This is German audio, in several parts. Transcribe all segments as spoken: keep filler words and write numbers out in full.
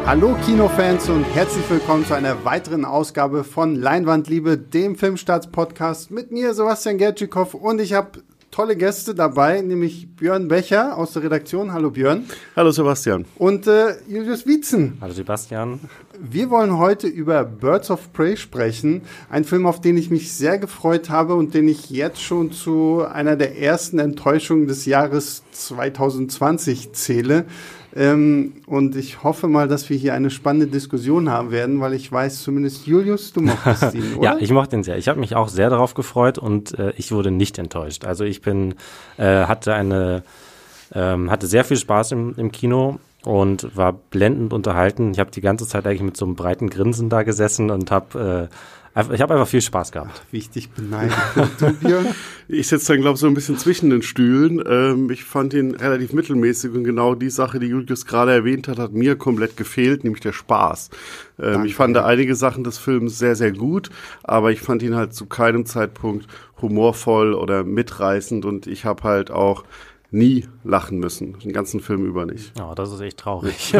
Hallo Kinofans und herzlich willkommen zu einer weiteren Ausgabe von Leinwandliebe, dem Filmstarts-Podcast mit mir, Sebastian Gertschikow, und ich habe tolle Gäste dabei, nämlich Björn Becher aus der Redaktion. Hallo Björn. Hallo Sebastian. Und äh, Julius Wietzen. Hallo Sebastian. Wir wollen heute über Birds of Prey sprechen, ein Film, auf den ich mich sehr gefreut habe und den ich jetzt schon zu einer der ersten Enttäuschungen des Jahres zwanzig zwanzig zähle. Ähm, und ich hoffe mal, dass wir hier eine spannende Diskussion haben werden, weil ich weiß, zumindest Julius, du mochtest ihn, oder? Ja, ich mochte ihn sehr. Ich habe mich auch sehr darauf gefreut und äh, ich wurde nicht enttäuscht. Also ich bin, äh, hatte eine, ähm, hatte sehr viel Spaß im, im Kino und war blendend unterhalten. Ich habe die ganze Zeit eigentlich mit so einem breiten Grinsen da gesessen und habe äh, Ich habe einfach viel Spaß gehabt. Ach, wie ich dich beneide. Du, Björn? Ich sitze dann, glaube ich, so ein bisschen zwischen den Stühlen. Ähm, ich fand ihn relativ mittelmäßig und genau die Sache, die Julius gerade erwähnt hat, hat mir komplett gefehlt, nämlich der Spaß. Ähm, ich fand einige Sachen des Films sehr, sehr gut, aber ich fand ihn halt zu keinem Zeitpunkt humorvoll oder mitreißend und ich habe halt auch nie lachen müssen, den ganzen Film über nicht. Oh, das ist echt traurig.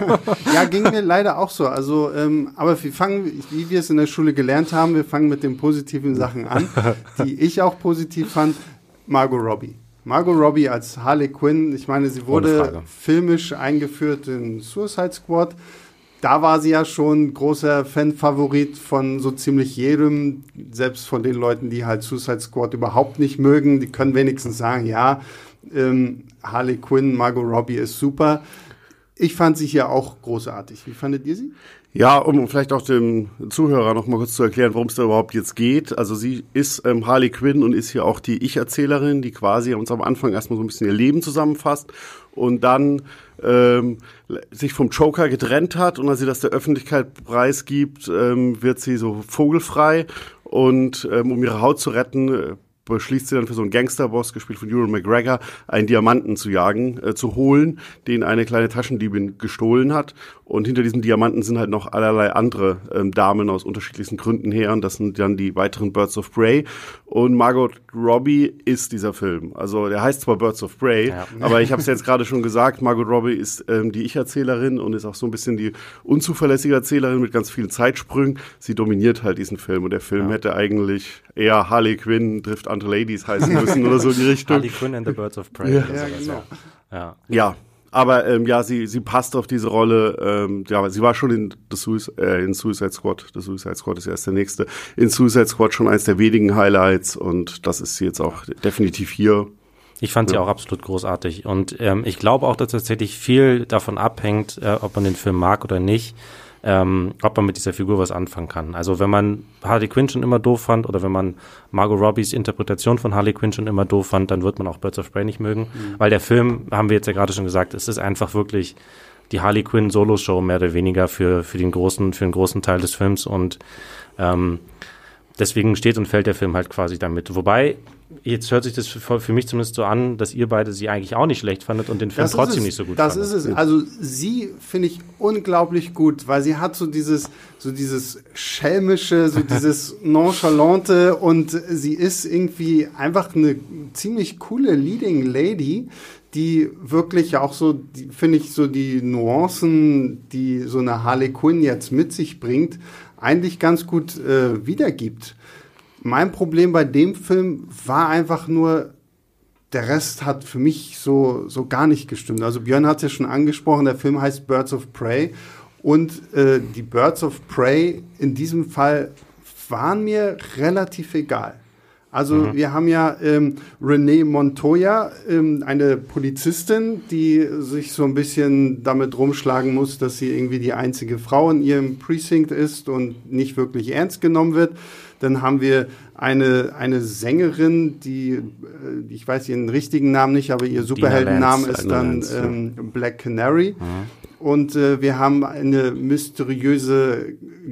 Ja, ging mir leider auch so. Also, ähm, aber wir fangen, wie wir es in der Schule gelernt haben, wir fangen mit den positiven Sachen an, die ich auch positiv fand. Margot Robbie. Margot Robbie als Harley Quinn, ich meine, sie wurde filmisch eingeführt in Suicide Squad. Da war sie ja schon großer Fanfavorit von so ziemlich jedem, selbst von den Leuten, die halt Suicide Squad überhaupt nicht mögen. Die können wenigstens sagen, ja, ähm, Harley Quinn, Margot Robbie ist super. Ich fand sie hier auch großartig. Wie fandet ihr sie? Ja, um vielleicht auch dem Zuhörer noch mal kurz zu erklären, worum es da überhaupt jetzt geht. Also sie ist ähm, Harley Quinn und ist hier auch die Ich-Erzählerin, die quasi uns am Anfang erstmal so ein bisschen ihr Leben zusammenfasst und dann ähm, sich vom Joker getrennt hat und als sie das der Öffentlichkeit preisgibt, ähm, wird sie so vogelfrei und ähm, um ihre Haut zu retten, äh, beschließt sie dann für so einen Gangsterboss, gespielt von Ewan McGregor, einen Diamanten zu jagen, äh, zu holen, den eine kleine Taschendiebin gestohlen hat. Und hinter diesem Diamanten sind halt noch allerlei andere ähm, Damen aus unterschiedlichsten Gründen her. Und das sind dann die weiteren Birds of Prey. Und Margot Robbie ist dieser Film. Also der heißt zwar Birds of Prey, ja. aber ich habe es jetzt gerade schon gesagt, Margot Robbie ist ähm, die Ich-Erzählerin und ist auch so ein bisschen die unzuverlässige Erzählerin mit ganz vielen Zeitsprüngen. Sie dominiert halt diesen Film. Und der Film ja. hätte eigentlich eher Harley Quinn trifft andere Ladies heißen müssen oder so in die Richtung. Harley Quinn and the Birds of Prey. Ja, ja genau. Ja. ja. Aber ähm, ja, sie sie passt auf diese Rolle. Ähm, ja, sie war schon in, the Suicide, äh, in Suicide Squad. The Suicide Squad ist erst der nächste. In Suicide Squad schon eins der wenigen Highlights und das ist sie jetzt auch definitiv hier. Ich fand ja. sie auch absolut großartig und ähm, ich glaube auch, dass tatsächlich viel davon abhängt, äh, ob man den Film mag oder nicht. Ähm, ob man mit dieser Figur was anfangen kann. Also wenn man Harley Quinn schon immer doof fand oder wenn man Margot Robbies Interpretation von Harley Quinn schon immer doof fand, dann wird man auch Birds of Prey nicht mögen, mhm. weil der Film, haben wir jetzt ja gerade schon gesagt, es ist einfach wirklich die Harley Quinn Solo-Show mehr oder weniger für für den großen für den großen Teil des Films und ähm, deswegen steht und fällt der Film halt quasi damit. Wobei, jetzt hört sich das für, für mich zumindest so an, dass ihr beide sie eigentlich auch nicht schlecht fandet und den Film das trotzdem es, nicht so gut das fandet. Das ist es. Also sie finde ich unglaublich gut, weil sie hat so dieses, so dieses schelmische, so dieses nonchalante und sie ist irgendwie einfach eine ziemlich coole Leading Lady, die wirklich auch so, finde ich, so die Nuancen, die so eine Harley Quinn jetzt mit sich bringt, eigentlich ganz gut äh, wiedergibt. Mein Problem bei dem Film war einfach nur, der Rest hat für mich so, so gar nicht gestimmt. Also Björn hat es ja schon angesprochen, der Film heißt Birds of Prey und äh, die Birds of Prey in diesem Fall waren mir relativ egal. Also mhm. wir haben ja ähm, Renee Montoya, ähm, eine Polizistin, die sich so ein bisschen damit rumschlagen muss, dass sie irgendwie die einzige Frau in ihrem Precinct ist und nicht wirklich ernst genommen wird. Dann haben wir eine, eine Sängerin, die, ich weiß ihren richtigen Namen nicht, aber ihr Superheldenname ist dann ähm, Black Canary. Mhm. Und äh, wir haben eine mysteriöse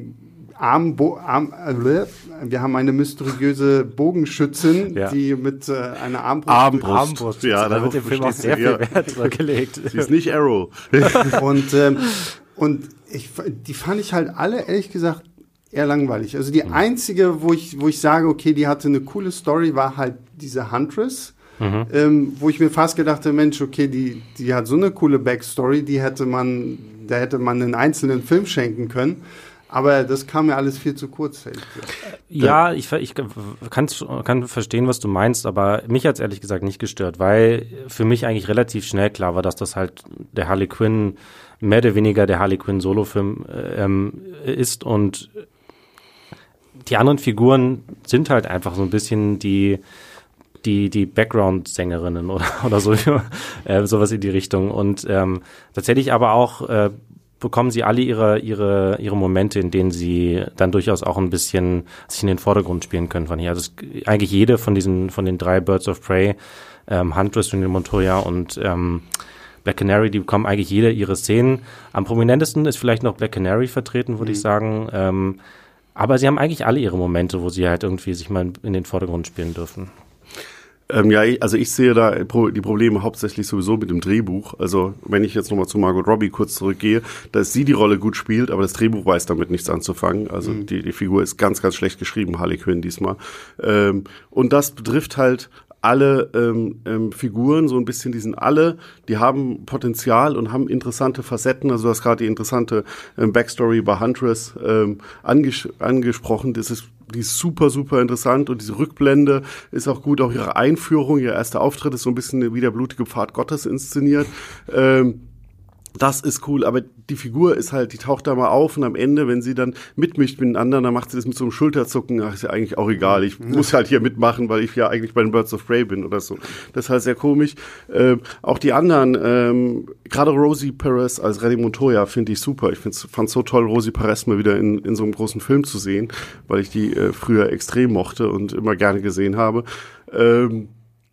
Armbo- Arm, äh, wir haben eine mysteriöse Bogenschützin, ja. die mit äh, einer Armbrust... Armbrust, Armbrust. Ja, da wird dem Film auch sehr viel ja. Wert übergelegt. Sie ist nicht Arrow. und ähm, und ich, die fand ich halt alle, ehrlich gesagt, eher langweilig. Also die mhm. einzige, wo ich, wo ich sage, okay, die hatte eine coole Story, war halt diese Huntress, mhm. ähm, wo ich mir fast gedacht habe, Mensch, okay, die, die hat so eine coole Backstory, die hätte man, da hätte man einen einzelnen Film schenken können. Aber das kam mir alles viel zu kurz. Ja, ich, ich kann's, kann verstehen, was du meinst, aber mich hat es ehrlich gesagt nicht gestört, weil für mich eigentlich relativ schnell klar war, dass das halt der Harley Quinn, mehr oder weniger der Harley Quinn Solofilm ähm, ist und die anderen Figuren sind halt einfach so ein bisschen die die die Background-Sängerinnen oder oder so äh, sowas in die Richtung und ähm, tatsächlich aber auch äh, bekommen sie alle ihre ihre ihre Momente, in denen sie dann durchaus auch ein bisschen sich in den Vordergrund spielen können von hier. Also es, eigentlich jede von diesen von den drei Birds of Prey, ähm, Huntress, Renée Montoya und ähm, Black Canary, die bekommen eigentlich jede ihre Szenen. Am prominentesten ist vielleicht noch Black Canary vertreten, würde mhm. ich sagen. Ähm, aber sie haben eigentlich alle ihre Momente, wo sie halt irgendwie sich mal in den Vordergrund spielen dürfen. Ähm, ja, also ich sehe da die Probleme hauptsächlich sowieso mit dem Drehbuch. Also wenn ich jetzt nochmal zu Margot Robbie kurz zurückgehe, dass sie die Rolle gut spielt, aber das Drehbuch weiß damit nichts anzufangen. Also mhm. die, die Figur ist ganz, ganz schlecht geschrieben, Harley Quinn diesmal. Ähm, und das betrifft halt alle ähm, ähm, Figuren, so ein bisschen, die sind alle, die haben Potenzial und haben interessante Facetten. Also du hast gerade die interessante ähm, Backstory bei Huntress ähm, anges- angesprochen. Das ist Die ist super, super interessant und diese Rückblende ist auch gut. Auch ihre Einführung, ihr erster Auftritt ist so ein bisschen wie der blutige Pfad Gottes inszeniert. Ähm, das ist cool, aber die Figur ist halt, die taucht da mal auf und am Ende, wenn sie dann mitmischt miteinander, dann macht sie das mit so einem Schulterzucken. Ach, ist ja eigentlich auch egal. Ich muss halt hier mitmachen, weil ich ja eigentlich bei den Birds of Prey bin oder so. Das ist halt sehr komisch. Ähm, auch die anderen, ähm, gerade Rosie Perez als Renée Montoya finde ich super. Ich fand es so toll, Rosie Perez mal wieder in, in so einem großen Film zu sehen, weil ich die äh, früher extrem mochte und immer gerne gesehen habe. Ähm,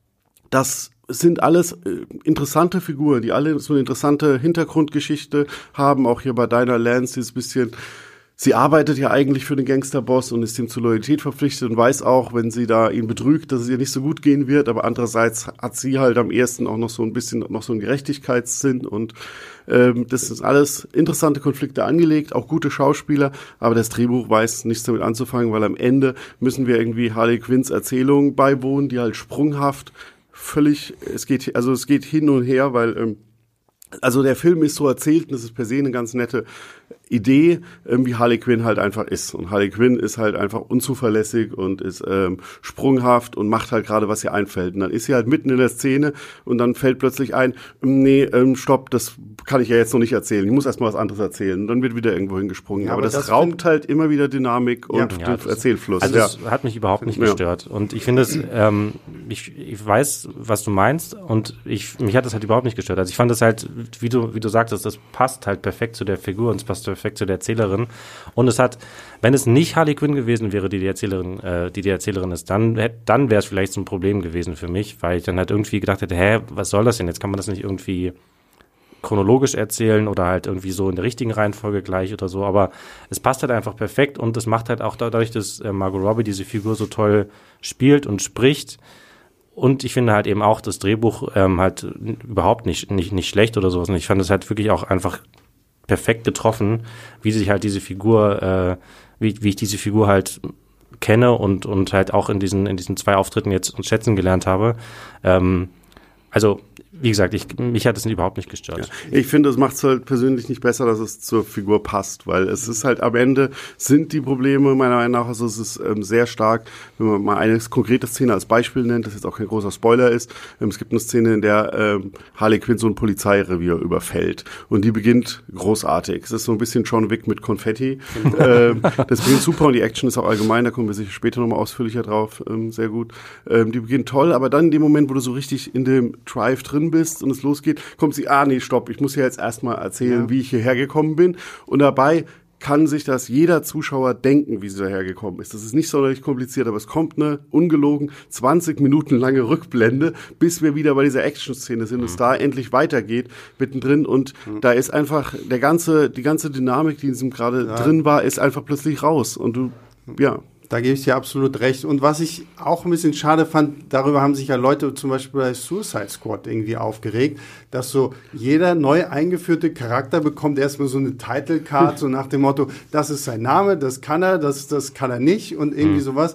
das sind alles äh, interessante Figuren, die alle so eine interessante Hintergrundgeschichte haben. Auch hier bei Dinah Lance, dieses bisschen, sie arbeitet ja eigentlich für den Gangsterboss und ist ihm zur Loyalität verpflichtet und weiß auch, wenn sie da ihn betrügt, dass es ihr nicht so gut gehen wird. Aber andererseits hat sie halt am ehesten auch noch so ein bisschen noch so einen Gerechtigkeitssinn und ähm, das ist alles interessante Konflikte angelegt, auch gute Schauspieler. Aber das Drehbuch weiß nichts damit anzufangen, weil am Ende müssen wir irgendwie Harley Quinns Erzählung beiwohnen, die halt sprunghaft völlig, es geht, also es geht hin und her, weil, ähm, also der Film ist so erzählt und das ist per se eine ganz nette Idee, ähm, wie Harley Quinn halt einfach ist. Und Harley Quinn ist halt einfach unzuverlässig und ist ähm, sprunghaft und macht halt gerade, was ihr einfällt. Und dann ist sie halt mitten in der Szene und dann fällt plötzlich ein, nee, ähm, stopp, das kann ich ja jetzt noch nicht erzählen. Ich muss erst mal was anderes erzählen. Und dann wird wieder irgendwo hingesprungen. Ja, aber, aber das, das raubt halt immer wieder Dynamik und ja, den Erzählfluss. Also es ja. hat mich überhaupt nicht gestört. Ja. Und ich finde es, ähm, ich, ich weiß, was du meinst und ich, mich hat das halt überhaupt nicht gestört. Also ich fand das halt, wie du, wie du sagtest, das passt halt perfekt zu der Figur und es passt perfekt zu der Erzählerin. Und es hat, wenn es nicht Harley Quinn gewesen wäre, die die Erzählerin, äh, die die Erzählerin ist, dann, dann wäre es vielleicht so ein Problem gewesen für mich, weil ich dann halt irgendwie gedacht hätte, hä, was soll das denn? Jetzt kann man das nicht irgendwie chronologisch erzählen oder halt irgendwie so in der richtigen Reihenfolge gleich oder so, aber es passt halt einfach perfekt und es macht halt auch dadurch, dass äh, Margot Robbie diese Figur so toll spielt und spricht. Und ich finde halt eben auch das Drehbuch ähm, halt überhaupt nicht, nicht, nicht schlecht oder sowas. Und ich fand es halt wirklich auch einfach perfekt getroffen, wie sich halt diese Figur, äh, wie, wie ich diese Figur halt kenne und, und halt auch in diesen, in diesen zwei Auftritten jetzt uns schätzen gelernt habe. Ähm, also, wie gesagt, ich, mich hat es überhaupt nicht gestört. Ja. Ich finde, es macht es halt persönlich nicht besser, dass es zur Figur passt, weil es ist halt am Ende sind die Probleme meiner Meinung nach, also es ist ähm, sehr stark, wenn man mal eine konkrete Szene als Beispiel nennt, das jetzt auch kein großer Spoiler ist. Ähm, es gibt eine Szene, in der ähm, Harley Quinn so ein Polizeirevier überfällt und die beginnt großartig. Es ist so ein bisschen John Wick mit Konfetti. ähm, das beginnt super und die Action ist auch allgemein, da kommen wir sicher später nochmal ausführlicher drauf, ähm, sehr gut. Ähm, die beginnt toll, aber dann in dem Moment, wo du so richtig in dem Drive drin bist und es losgeht, kommt sie, ah nee, stopp, ich muss ja jetzt erstmal erzählen, ja. wie ich hierher gekommen bin. Und dabei kann sich das jeder Zuschauer denken, wie sie daher gekommen ist. Das ist nicht sonderlich kompliziert, aber es kommt eine ungelogen zwanzig Minuten lange Rückblende, bis wir wieder bei dieser Action-Szene sind und es da endlich weitergeht mittendrin. Und mhm. da ist einfach der ganze, die ganze Dynamik, die in diesem gerade ja. drin war, ist einfach plötzlich raus. Und du, ja. Da gebe ich dir absolut recht. Und was ich auch ein bisschen schade fand, darüber haben sich ja Leute zum Beispiel bei Suicide Squad irgendwie aufgeregt, dass so jeder neu eingeführte Charakter bekommt erstmal so eine Title Card, so nach dem Motto, das ist sein Name, das kann er, das, das kann er nicht und irgendwie mhm. sowas.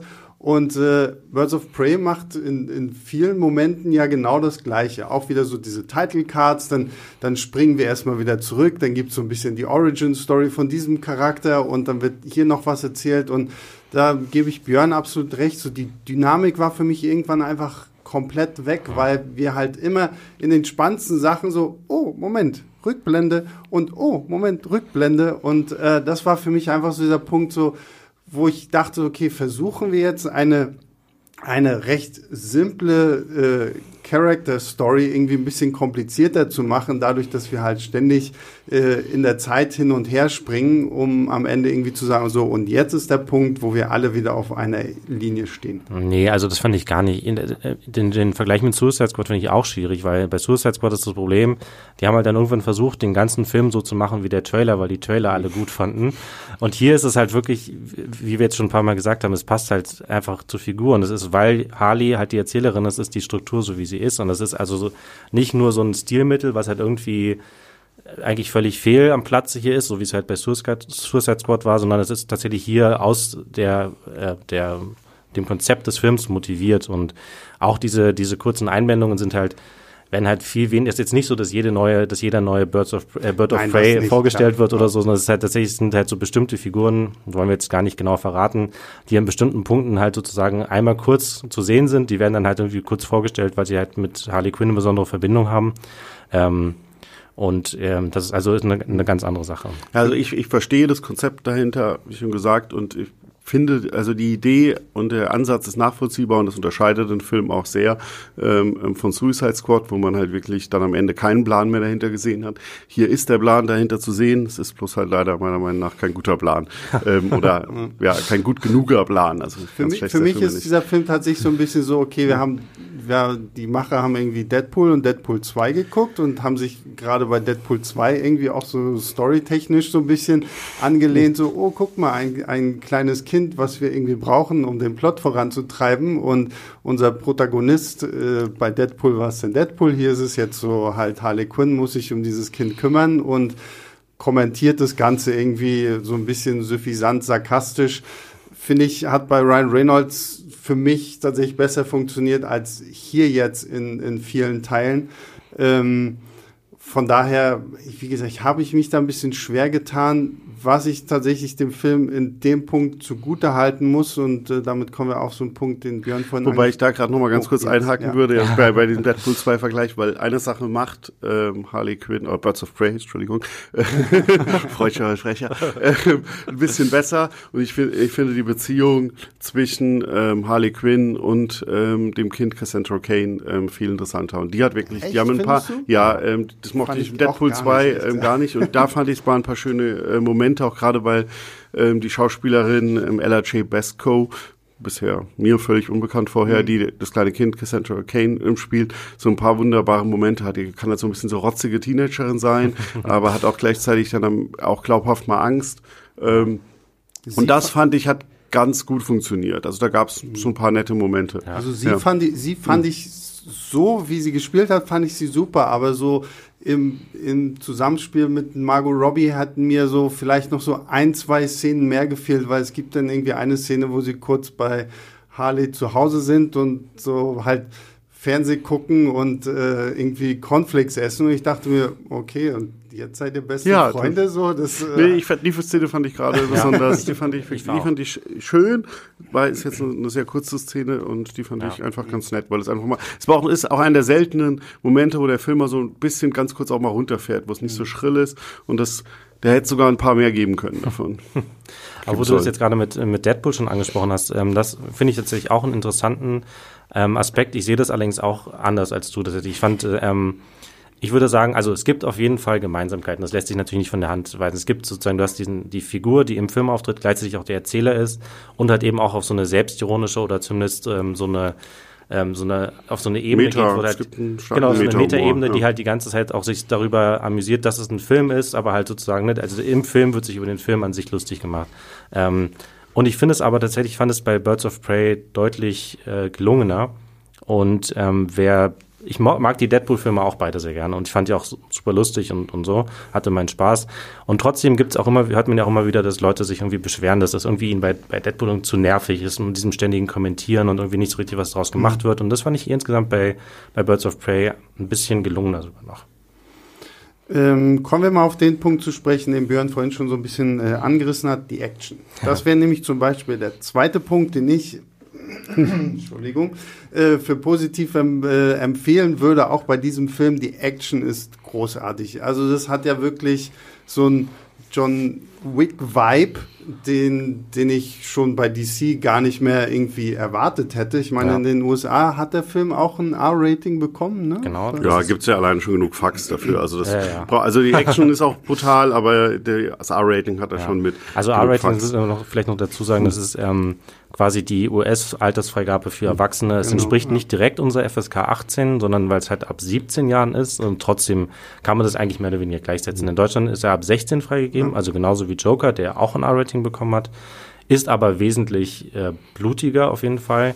Und äh, Birds of Prey macht in, in vielen Momenten ja genau das Gleiche. Auch wieder so diese Title Cards, dann, dann springen wir erstmal wieder zurück, dann gibt's so ein bisschen die Origin-Story von diesem Charakter und dann wird hier noch was erzählt. Und da gebe ich Björn absolut recht. So die Dynamik war für mich irgendwann einfach komplett weg, weil wir halt immer in den spannendsten Sachen so, oh, Moment, Rückblende und oh, Moment, Rückblende. Und äh, das war für mich einfach so dieser Punkt so, wo ich dachte, okay, versuchen wir jetzt eine, eine recht simple äh, Character-Story irgendwie ein bisschen komplizierter zu machen, dadurch, dass wir halt ständig äh, in der Zeit hin und her springen, um am Ende irgendwie zu sagen, so, und jetzt ist der Punkt, wo wir alle wieder auf einer Linie stehen. Nee, also das fand ich gar nicht. Den, den Vergleich mit Suicide Squad finde ich auch schwierig, weil bei Suicide Squad ist das Problem, die haben halt dann irgendwann versucht, den ganzen Film so zu machen wie der Trailer, weil die Trailer alle gut fanden. Und hier ist es halt wirklich, wie wir jetzt schon ein paar Mal gesagt haben, es passt halt einfach zur Figur. Und es ist, weil Harley halt die Erzählerin ist, ist die Struktur so, wie sie ist. Und das ist also so nicht nur so ein Stilmittel, was halt irgendwie eigentlich völlig fehl am Platze hier ist, so wie es halt bei Suicide, Suicide Squad war, sondern es ist tatsächlich hier aus der, äh, der, dem Konzept des Films motiviert. Und auch diese, diese kurzen Einblendungen sind halt, werden halt viel weniger, ist jetzt nicht so, dass jede neue, dass jeder neue Birds of, äh, Bird of Nein, Prey nicht, vorgestellt klar. wird oder so, sondern es ist halt tatsächlich, sind halt so bestimmte Figuren, wollen wir jetzt gar nicht genau verraten, die an bestimmten Punkten halt sozusagen einmal kurz zu sehen sind, die werden dann halt irgendwie kurz vorgestellt, weil sie halt mit Harley Quinn eine besondere Verbindung haben. Ähm, und ähm, das ist also ist eine, eine ganz andere Sache. Also ich, ich verstehe das Konzept dahinter, wie schon gesagt, und ich finde, also die Idee und der Ansatz ist nachvollziehbar und das unterscheidet den Film auch sehr ähm, von Suicide Squad, wo man halt wirklich dann am Ende keinen Plan mehr dahinter gesehen hat. Hier ist der Plan dahinter zu sehen, es ist bloß halt leider meiner Meinung nach kein guter Plan ähm, oder ja kein gut genuger Plan. Also für mich, für mich ist nicht. dieser Film tatsächlich so ein bisschen so, okay, wir haben, wir, die Macher haben irgendwie Deadpool und Deadpool zwei geguckt und haben sich gerade bei Deadpool zwei irgendwie auch so storytechnisch so ein bisschen angelehnt, so, oh, guck mal, ein, ein kleines Kind, was wir irgendwie brauchen, um den Plot voranzutreiben. Und unser Protagonist, äh, bei Deadpool war es denn Deadpool, hier ist es jetzt so halt Harley Quinn muss sich um dieses Kind kümmern und kommentiert das Ganze irgendwie so ein bisschen suffisant, sarkastisch. Finde ich, hat bei Ryan Reynolds für mich tatsächlich besser funktioniert als hier jetzt in, in vielen Teilen. Ähm, von daher, wie gesagt, habe ich mich da ein bisschen schwer getan, was ich tatsächlich dem Film in dem Punkt zugute halten muss. Und äh, damit kommen wir auf so einen Punkt, den Björn vorhin... Wobei ich da gerade noch mal ganz oh, kurz jetzt, einhaken ja. würde, jetzt bei, bei dem Deadpool zwei Vergleich, weil eine Sache macht ähm, Harley Quinn, oder Birds of Prey, Entschuldigung, freudscher Sprecher, äh, ein bisschen besser. Und ich, find, ich finde die Beziehung zwischen ähm, Harley Quinn und ähm, dem Kind Cassandra Cain ähm, viel interessanter. Und die hat wirklich, Echt? die haben ein paar, Findest du? ja, ähm, das mochte Fand ich in ich Deadpool auch gar zwei nicht, ähm, gar nicht. Und da fand ich, es waren ein paar schöne äh, Momente, auch gerade weil ähm, die Schauspielerin ähm, Ella J. Basco, bisher mir völlig unbekannt vorher, mhm. die das kleine Kind Cassandra Cain ähm, spielt, so ein paar wunderbare Momente hat. Die kann halt so ein bisschen so rotzige Teenagerin sein, aber hat auch gleichzeitig dann auch glaubhaft mal Angst. Ähm, und das fand ich, hat ganz gut funktioniert. Also da gab es so ein paar nette Momente. Ja. Also sie ja. fand ich, sie fand mhm. ich so, wie sie gespielt hat, fand ich sie super, aber so im, im Zusammenspiel mit Margot Robbie hat mir so vielleicht noch so ein, zwei Szenen mehr gefehlt, weil es gibt dann irgendwie eine Szene, wo sie kurz bei Harley zu Hause sind und so halt Fernseh gucken und äh, irgendwie Cornflakes essen und ich dachte mir, okay, und jetzt seid ihr beste ja, Freunde, so, das, äh nee, ich fand, die Szene fand ich gerade besonders, die fand ich, ich die fand ich schön, weil es jetzt eine, eine sehr kurze Szene und die fand ja. ich einfach ganz nett, weil es einfach mal, es war auch, ist auch einer der seltenen Momente, wo der Film mal so ein bisschen ganz kurz auch mal runterfährt, wo es nicht so schrill ist und das, der hätte sogar ein paar mehr geben können davon. Aber wo du das jetzt gerade mit, mit Deadpool schon angesprochen hast, ähm, das finde ich tatsächlich auch einen interessanten ähm, Aspekt. Ich sehe das allerdings auch anders als du. Das, ich fand, ähm, ich würde sagen, also es gibt auf jeden Fall Gemeinsamkeiten. Das lässt sich natürlich nicht von der Hand weisen. Es gibt sozusagen, du hast diesen, die Figur, die im Film auftritt, gleichzeitig auch der Erzähler ist und halt eben auch auf so eine selbstironische oder zumindest ähm, so eine ähm, so eine auf so eine Ebene Meta, geht, wo halt, genau, so eine Meta-Ebene, ja. die halt die ganze Zeit auch sich darüber amüsiert, dass es ein Film ist, aber halt sozusagen nicht, also im Film wird sich über den Film an sich lustig gemacht. Ähm, und ich finde es aber tatsächlich, ich fand es bei Birds of Prey deutlich äh, gelungener und ähm, wer ich mag die Deadpool-Filme auch beide sehr gerne und ich fand die auch super lustig und, und so, hatte meinen Spaß. Und trotzdem gibt's auch immer, hört man ja auch immer wieder, dass Leute sich irgendwie beschweren, dass das irgendwie ihnen bei, bei Deadpool zu nervig ist mit diesem ständigen Kommentieren und irgendwie nicht so richtig was draus gemacht wird. Und das fand ich insgesamt bei, bei Birds of Prey ein bisschen gelungener sogar noch. Ähm, kommen wir mal auf den Punkt zu sprechen, den Björn vorhin schon so ein bisschen äh, angerissen hat, die Action. Das wäre nämlich zum Beispiel der zweite Punkt, den ich Entschuldigung, äh, für positiv ähm, äh, empfehlen würde, auch bei diesem Film. Die Action ist großartig. Also das hat ja wirklich so ein John Wick-Vibe, den, den ich schon bei D C gar nicht mehr irgendwie erwartet hätte. Ich meine, ja. in den U S A hat der Film auch ein R-Rating bekommen, ne? Genau. Ja, gibt's ja allein schon genug Fax dafür. Also, das, ja, ja. also die Action ist auch brutal, aber das R-Rating hat er ja. schon mit. Also R-Rating, das ist noch, vielleicht noch dazu sagen, das ist ähm, quasi die U S-Altersfreigabe für Erwachsene. Es genau, entspricht ja. nicht direkt unserer F S K achtzehn, sondern weil es halt ab siebzehn Jahren ist und trotzdem kann man das eigentlich mehr oder weniger gleichsetzen. In Deutschland ist er ab sechzehn freigegeben, ja. also genauso wie Joker, der auch ein R-Rating bekommen hat, ist aber wesentlich äh, blutiger auf jeden Fall.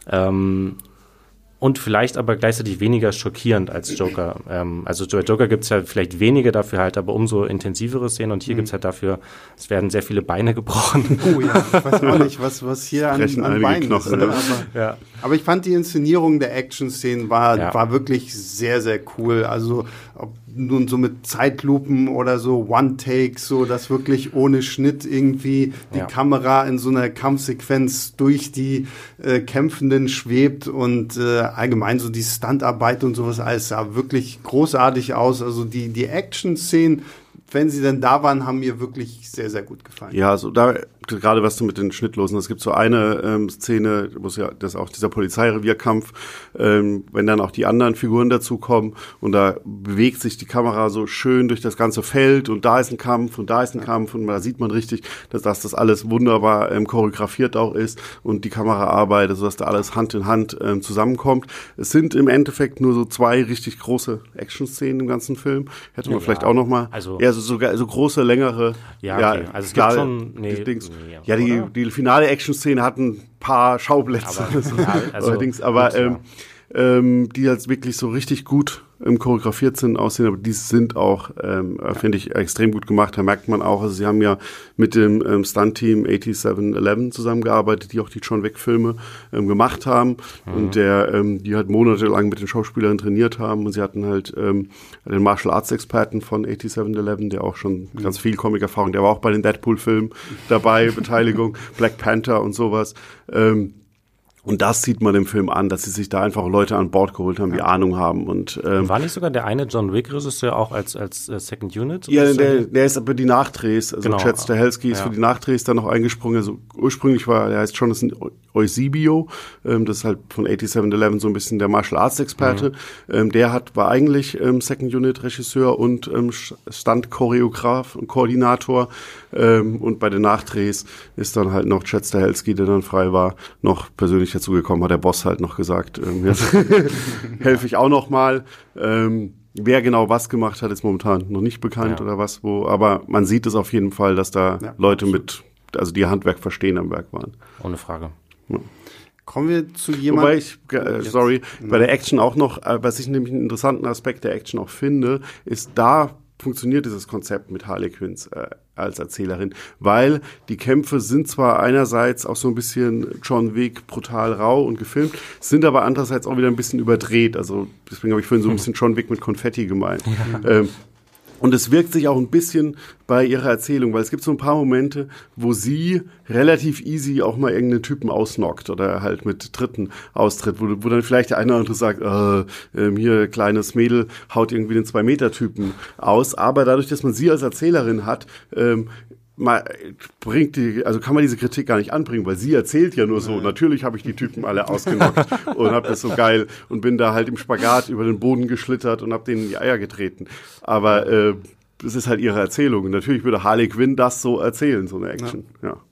Ähm, und vielleicht aber gleichzeitig weniger schockierend als Joker. Ähm, also bei Joker gibt es ja vielleicht weniger dafür halt, aber umso intensivere Szenen. Und hier mhm. gibt es halt dafür, es werden sehr viele Beine gebrochen. Oh ja, ich weiß auch nicht, was, was hier an, an Beinen Knochen, ist. Ne? Aber, ja. aber ich fand die Inszenierung der Action-Szenen war, ja. war wirklich sehr, sehr cool. Also ob nun so mit Zeitlupen oder so One-Takes, so dass wirklich ohne Schnitt irgendwie die ja. Kamera in so einer Kampfsequenz durch die äh, Kämpfenden schwebt und äh, allgemein so die Stuntarbeit und sowas alles sah wirklich großartig aus. Also die, die Action-Szenen, wenn sie denn da waren, haben mir wirklich sehr, sehr gut gefallen. Ja, also da gerade was du mit den Schnittlosen, es gibt so eine ähm, Szene, wo es ja, das ist auch dieser Polizeirevierkampf, ähm, wenn dann auch die anderen Figuren dazukommen und da bewegt sich die Kamera so schön durch das ganze Feld und da ist ein Kampf und da ist ein ja. Kampf und da sieht man richtig, dass, dass das alles wunderbar ähm, choreografiert auch ist und die Kameraarbeit, sodass da alles Hand in Hand ähm, zusammenkommt. Es sind im Endeffekt nur so zwei richtig große Action-Szenen im ganzen Film. Hätte man ja, vielleicht auch noch mal, also, ja, so, sogar so große, längere, ja, okay. ja also es klar, gibt schon, nee, Dings, nee, ja, die, die finale Action-Szene hat ein paar Schauplätze. Aber, ja, also, allerdings, aber gut, ähm, ja. ähm, die jetzt wirklich so richtig gut ähm, choreografiert sind, aussehen, aber die sind auch, ähm, ja. finde ich, extrem gut gemacht. Da merkt man auch, also sie haben ja mit dem ähm, Stunt-Team siebenundachtzig elf zusammengearbeitet, die auch die John Wick-Filme ähm, gemacht haben mhm. und der, ähm, die halt monatelang mit den Schauspielern trainiert haben und sie hatten halt ähm, den Martial-Arts-Experten von siebenundachtzig elf, der auch schon mhm. ganz viel Comic-Erfahrung, der war auch bei den Deadpool-Filmen dabei, Beteiligung, Black Panther und sowas. Ähm, Und das sieht man im Film an, dass sie sich da einfach Leute an Bord geholt haben, die ja. Ahnung haben. Und ähm, war nicht sogar der eine John Wick-Regisseur auch als als äh, Second Unit? Ja, der, der ist aber die Nachdrehs, also genau. Chad Stahelski ist ja. für die Nachdrehs dann noch eingesprungen. Also ursprünglich war, der heißt Jonathan Eusebio, ähm, das ist halt von siebenundachtzig elf so ein bisschen der Martial Arts Experte. Mhm. Ähm, der hat war eigentlich ähm, Second Unit Regisseur und ähm, Stunt-Choreograf und Koordinator. Ähm, und bei den Nachdrehs ist dann halt noch Chad Stahelski, der dann frei war, noch persönlich dazugekommen, hat der Boss halt noch gesagt, ähm, jetzt helfe ich auch noch mal. Ähm, wer genau was gemacht hat, ist momentan noch nicht bekannt ja. oder was, wo, aber man sieht es auf jeden Fall, dass da ja, Leute absolut. mit, also die Handwerk verstehen am Werk waren. Ohne Frage. Ja. Kommen wir zu jemandem. Wobei ich, äh, sorry, bei der Action auch noch, äh, was ich nämlich einen interessanten Aspekt der Action auch finde, ist da funktioniert dieses Konzept mit Harley Quinn äh, als Erzählerin, weil die Kämpfe sind zwar einerseits auch so ein bisschen John Wick brutal rau und gefilmt, sind aber andererseits auch wieder ein bisschen überdreht. Also deswegen habe ich vorhin so ein bisschen John Wick mit Konfetti gemeint. Ja. Ähm, Und es wirkt sich auch ein bisschen bei ihrer Erzählung, weil es gibt so ein paar Momente, wo sie relativ easy auch mal irgendeinen Typen ausnockt oder halt mit Dritten austritt, wo, wo dann vielleicht der eine oder andere sagt, äh, ähm, hier kleines Mädel haut irgendwie den Zwei-Meter-Typen aus. Aber dadurch, dass man sie als Erzählerin hat, ähm, mal bringt die, also kann man diese Kritik gar nicht anbringen, weil sie erzählt ja nur so, ja. natürlich habe ich die Typen alle ausgenockt und habe das so geil und bin da halt im Spagat über den Boden geschlittert und habe denen in die Eier getreten. Aber äh, das ist halt ihre Erzählung. Und natürlich würde Harley Quinn das so erzählen, so eine Action. Ja. ja.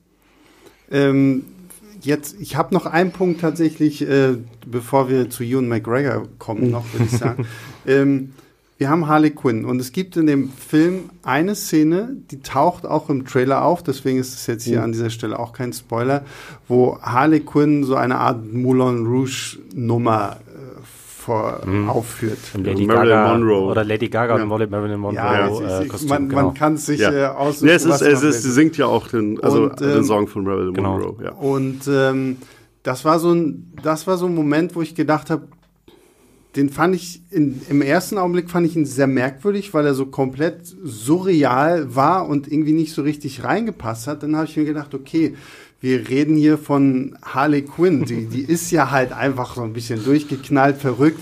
Ähm, jetzt, ich habe noch einen Punkt tatsächlich, äh, bevor wir zu Ewan McGregor kommen, noch würde ich sagen. ähm, Wir haben Harley Quinn und es gibt in dem Film eine Szene, die taucht auch im Trailer auf, deswegen ist es jetzt hier mhm. an dieser Stelle auch kein Spoiler, wo Harley Quinn so eine Art Moulin Rouge Nummer äh, vor mhm. aufführt. Lady Gaga Monroe. Oder Lady Gaga ja. und Marilyn Monroe. Ja, äh, ich, Kostüm, man, genau. man kann es sich ja. äh, aussuchen. Ja, es ist, es ist, sie singt ja auch den, also und, ähm, den Song von Marilyn genau. Monroe. Ja. Und ähm, das war so ein, das war so ein Moment, wo ich gedacht habe, den fand ich, in, im ersten Augenblick fand ich ihn sehr merkwürdig, weil er so komplett surreal war und irgendwie nicht so richtig reingepasst hat. Dann habe ich mir gedacht, okay, wir reden hier von Harley Quinn, die, die ist ja halt einfach so ein bisschen durchgeknallt, verrückt.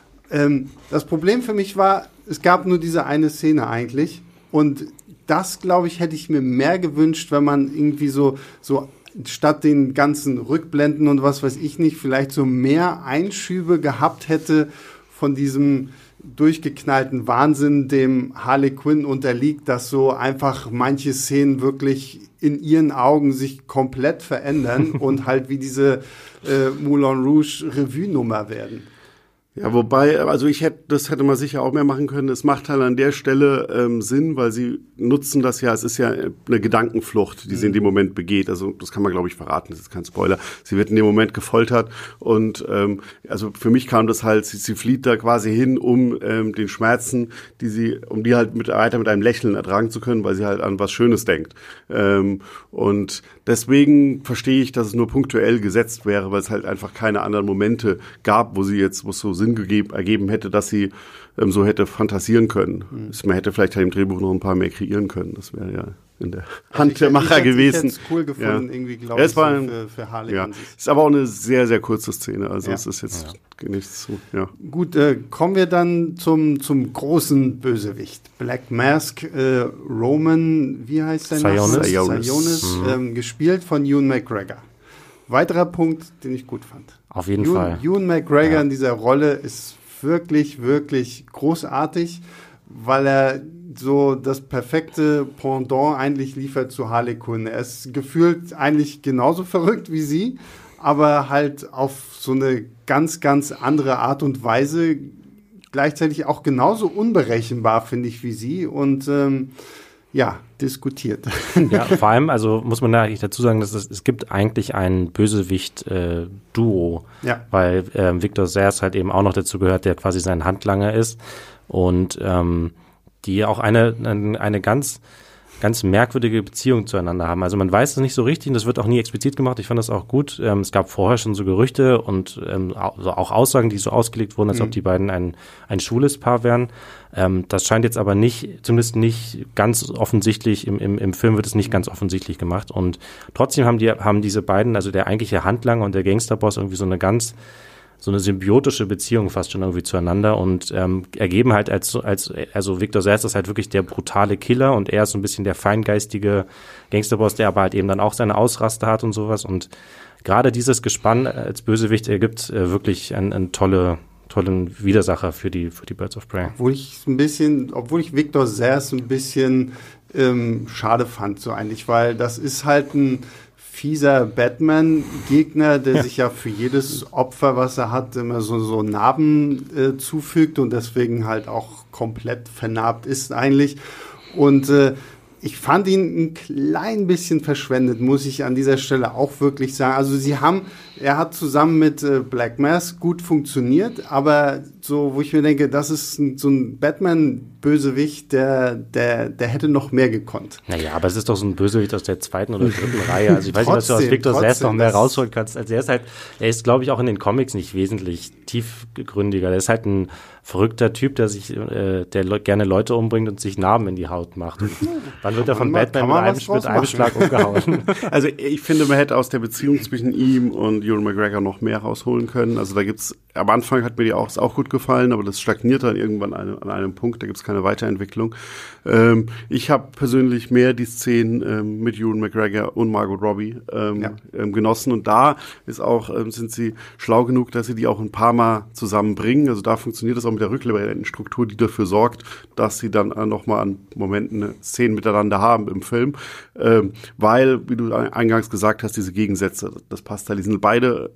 Ähm, das Problem für mich war, es gab nur diese eine Szene eigentlich und das, glaube ich, hätte ich mir mehr gewünscht, wenn man irgendwie so, so statt den ganzen Rückblenden und was weiß ich nicht, vielleicht so mehr Einschübe gehabt hätte von diesem durchgeknallten Wahnsinn, dem Harley Quinn unterliegt, dass so einfach manche Szenen wirklich in ihren Augen sich komplett verändern und halt wie diese äh, Moulin Rouge Revue-Nummer werden. Ja, wobei, also ich hätte, das hätte man sicher auch mehr machen können. Es macht halt an der Stelle ähm, Sinn, weil sie nutzen das ja, es ist ja eine Gedankenflucht, die sie in dem Moment begeht. Also das kann man, glaube ich, verraten, das ist kein Spoiler. Sie wird in dem Moment gefoltert und ähm, also für mich kam das halt, sie, sie flieht da quasi hin, um ähm, den Schmerzen, die sie, um die halt mit, weiter mit einem Lächeln ertragen zu können, weil sie halt an was Schönes denkt. Ähm, und deswegen verstehe ich, dass es nur punktuell gesetzt wäre, weil es halt einfach keine anderen Momente gab, wo sie jetzt, wo es so Sinn gegeben, ergeben hätte, dass sie ähm, so hätte fantasieren können. Mhm. Man hätte vielleicht halt im Drehbuch noch ein paar mehr kreieren können. Das wäre ja in der Hand ich, der Macher ich, ich gewesen. Ich hätte es cool gefunden, ja. irgendwie, glaube ja, ich, so ein, für, für Harley. Ja. Ist aber auch eine sehr, sehr kurze Szene. Also ja. es ist jetzt ja. nichts so, ja. Gut, äh, kommen wir dann zum, zum großen Bösewicht. Black Mask, äh, Roman, wie heißt der Name? Sionis. Sionis, mhm. ähm, gespielt von Ewan McGregor. Weiterer Punkt, den ich gut fand. Auf jeden Ewan, Fall. Ewan McGregor ja. in dieser Rolle ist wirklich, wirklich großartig, weil er so das perfekte Pendant eigentlich liefert zu Harley Quinn. Er ist gefühlt eigentlich genauso verrückt wie sie, aber halt auf so eine ganz, ganz andere Art und Weise, gleichzeitig auch genauso unberechenbar, finde ich, wie sie und ähm, ja, diskutiert. Ja, vor allem, also muss man eigentlich dazu sagen, dass es, es gibt eigentlich ein Bösewicht-Duo, äh, ja. weil äh, Victor Zsasz halt eben auch noch dazu gehört, der quasi sein Handlanger ist und ähm, die auch eine, eine, eine ganz, ganz merkwürdige Beziehung zueinander haben. Also man weiß es nicht so richtig und das wird auch nie explizit gemacht. Ich fand das auch gut. Ähm, es gab vorher schon so Gerüchte und ähm, auch Aussagen, die so ausgelegt wurden, als mhm. ob die beiden ein, ein schwules Paar wären. Ähm, das scheint jetzt aber nicht, zumindest nicht ganz offensichtlich, im, im, im Film wird es nicht ganz offensichtlich gemacht. Und trotzdem haben die, haben diese beiden, also der eigentliche Handlanger und der Gangsterboss, irgendwie so eine ganz, so eine symbiotische Beziehung fast schon irgendwie zueinander und ähm, ergeben halt als, als also Victor Zsasz ist halt wirklich der brutale Killer und er ist so ein bisschen der feingeistige Gangsterboss, der aber halt eben dann auch seine Ausraster hat und sowas und gerade dieses Gespann als Bösewicht ergibt äh, wirklich einen, einen tolle, tollen Widersacher für die, für die Birds of Prey. Obwohl ich ein bisschen, obwohl ich Victor Zsasz ein bisschen ähm, schade fand so eigentlich, weil das ist halt ein fieser Batman-Gegner, der ja. sich ja für jedes Opfer, was er hat, immer so, so Narben äh, zufügt und deswegen halt auch komplett vernarbt ist eigentlich. Und äh, ich fand ihn ein klein bisschen verschwendet, muss ich an dieser Stelle auch wirklich sagen. Also sie haben, er hat zusammen mit äh, Black Mask gut funktioniert, aber so, wo ich mir denke, das ist ein, so ein Batman-Bösewicht, der, der, der hätte noch mehr gekonnt. Naja, aber es ist doch so ein Bösewicht aus der zweiten oder dritten Reihe. Also ich weiß trotzdem, nicht, was du aus Victor Zsasz noch mehr rausholen kannst. Also er ist halt, er ist, glaube ich, auch in den Comics nicht wesentlich tiefgründiger. Er ist halt ein verrückter Typ, der sich, äh, der le- gerne Leute umbringt und sich Narben in die Haut macht. Und dann wird er von man, Batman mit einem, mit einem Schlag umgehauen. Also ich finde, man hätte aus der Beziehung zwischen ihm und Ewan McGregor noch mehr rausholen können. Also da gibt's, am Anfang hat mir die auch, ist auch gut gefallen, aber das stagniert dann irgendwann an, an einem Punkt, da gibt's keine Weiterentwicklung. Ähm, ich habe persönlich mehr die Szenen ähm, mit Ewan McGregor und Margot Robbie ähm, ja. ähm, genossen und da ist auch, ähm, sind sie schlau genug, dass sie die auch ein paar Mal zusammenbringen. Also da funktioniert das auch mit der Rückblenden-Struktur, die dafür sorgt, dass sie dann äh, nochmal an Momenten Szenen miteinander haben im Film, ähm, weil, wie du eingangs gesagt hast, diese Gegensätze, das passt halt, die sind beide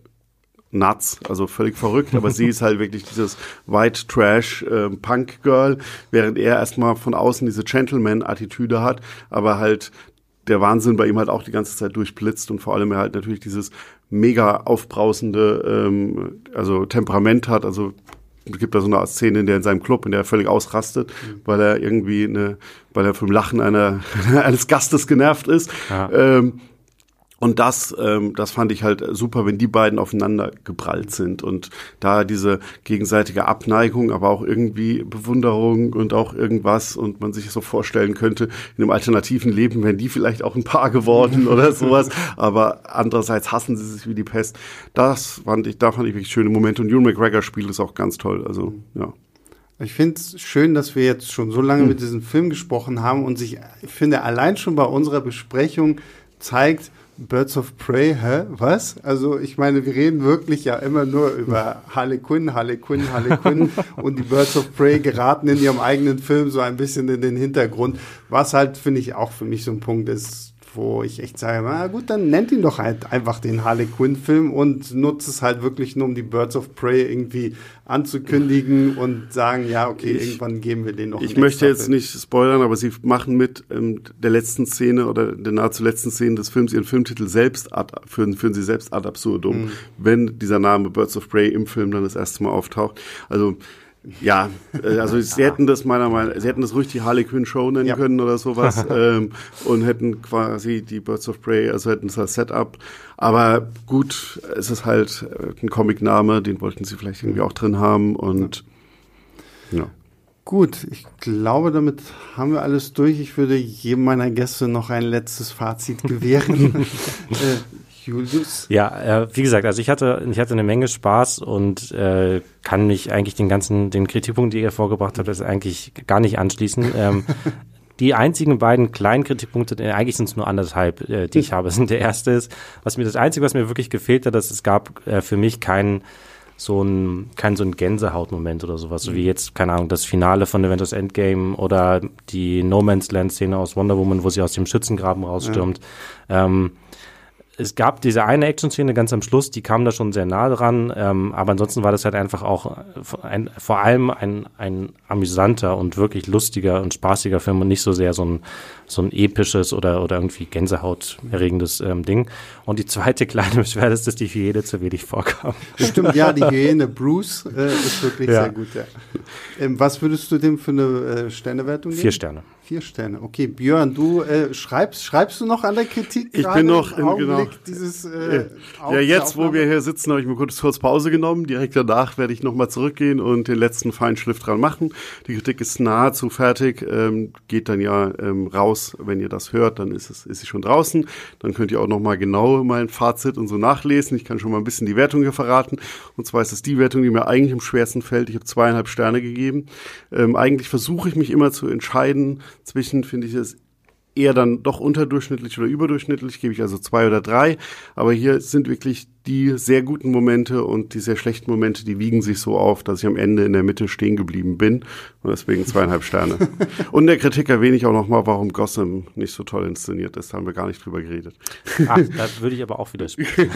nuts, also völlig verrückt, aber sie ist halt wirklich dieses White Trash äh, Punk Girl, während er erstmal von außen diese Gentleman-Attitüde hat, aber halt der Wahnsinn bei ihm halt auch die ganze Zeit durchblitzt und vor allem er halt natürlich dieses mega aufbrausende ähm, also Temperament hat, also gibt da so eine Szene, in der in seinem Club, in der er völlig ausrastet, mhm. weil er irgendwie eine, weil er vom Lachen einer, eines Gastes genervt ist. Ja. Ähm, Und das, ähm, das fand ich halt super, wenn die beiden aufeinander geprallt sind und da diese gegenseitige Abneigung, aber auch irgendwie Bewunderung und auch irgendwas und man sich so vorstellen könnte, in einem alternativen Leben wären die vielleicht auch ein Paar geworden oder sowas, aber andererseits hassen sie sich wie die Pest. Das fand ich, da fand ich wirklich schöne Momente und Ewan McGregor spielt es auch ganz toll, also, ja. Ich finde es schön, dass wir jetzt schon so lange hm. mit diesem Film gesprochen haben und sich, ich finde, allein schon bei unserer Besprechung zeigt, Birds of Prey, hä? Was? Also ich meine, wir reden wirklich ja immer nur über Harley Quinn, Harley Quinn, Harley Quinn und die Birds of Prey geraten in ihrem eigenen Film so ein bisschen in den Hintergrund, was halt, finde ich, auch für mich so ein Punkt ist, wo ich echt sage, na gut, dann nennt ihn doch halt einfach den Harley Quinn-Film und nutzt es halt wirklich nur, um die Birds of Prey irgendwie anzukündigen und sagen, ja, okay, ich, irgendwann geben wir den noch. Ich möchte jetzt nicht spoilern, aber sie machen mit ähm, der letzten Szene oder der nahezu letzten Szene des Films ihren Filmtitel selbst ad, führen, führen sie selbst ad absurdum, mhm. wenn dieser Name Birds of Prey im Film dann das erste Mal auftaucht. Also ja, also sie hätten das meiner Meinung nach, sie hätten das ruhig die Harley Quinn Show nennen ja. können oder sowas ähm, und hätten quasi die Birds of Prey, also hätten es als Setup. Aber gut, es ist halt ein Comic-Name, den wollten sie vielleicht irgendwie auch drin haben und ja. Gut, ich glaube, damit haben wir alles durch. Ich würde jedem meiner Gäste noch ein letztes Fazit gewähren. äh, Julius? Ja, äh, wie gesagt, also ich hatte, ich hatte eine Menge Spaß und äh, kann mich eigentlich den ganzen, den Kritikpunkten, die ihr vorgebracht habt, das eigentlich gar nicht anschließen. Ähm, die einzigen beiden kleinen Kritikpunkte, äh, eigentlich sind es nur anderthalb, äh, die ich habe, sind der erste ist, was mir das Einzige, was mir wirklich gefehlt hat, dass es gab äh, für mich keinen so ein, kein so ein Gänsehautmoment oder sowas, so wie jetzt, keine Ahnung, das Finale von Avengers Endgame oder die No Man's Land Szene aus Wonder Woman, wo sie aus dem Schützengraben rausstürmt. Ja. Ähm, Es gab diese eine Action-Szene ganz am Schluss, die kam da schon sehr nah dran, ähm, aber ansonsten war das halt einfach auch ein, vor allem ein, ein amüsanter und wirklich lustiger und spaßiger Film und nicht so sehr so ein, so ein episches oder, oder irgendwie gänsehauterregendes ähm, Ding. Und die zweite kleine Beschwerde ist, dass die Hyäne zu wenig vorkam. Stimmt, ja, die Hyäne Bruce äh, ist wirklich ja. sehr gut, ja. Ähm, was würdest du dem für eine äh, Sternewertung geben? Vier Sterne. Vier Sterne. Okay, Björn, du äh, schreibst, schreibst du noch an der Kritik? Ich bin noch im genau. Dieses, äh, ja, jetzt, wo wir hier sitzen, habe ich mir kurz, kurz Pause genommen. Direkt danach werde ich nochmal zurückgehen und den letzten Feinschliff dran machen. Die Kritik ist nahezu fertig, ähm, geht dann ja ähm, raus. Wenn ihr das hört, dann ist es ist sie schon draußen. Dann könnt ihr auch nochmal genau mein Fazit und so nachlesen. Ich kann schon mal ein bisschen die Wertung hier verraten. Und zwar ist es die Wertung, die mir eigentlich am schwersten fällt. Ich habe zweieinhalb Sterne gegeben. Ähm, eigentlich versuche ich mich immer zu entscheiden. Zwischen finde ich es eher dann doch unterdurchschnittlich oder überdurchschnittlich, gebe ich also zwei oder drei. Aber hier sind wirklich die sehr guten Momente und die sehr schlechten Momente, die wiegen sich so auf, dass ich am Ende in der Mitte stehen geblieben bin. Und deswegen zweieinhalb Sterne. Und in der Kritik erwähne ich auch nochmal, warum Gotham nicht so toll inszeniert ist. Da haben wir gar nicht drüber geredet. Ach, da würde ich aber auch widersprechen.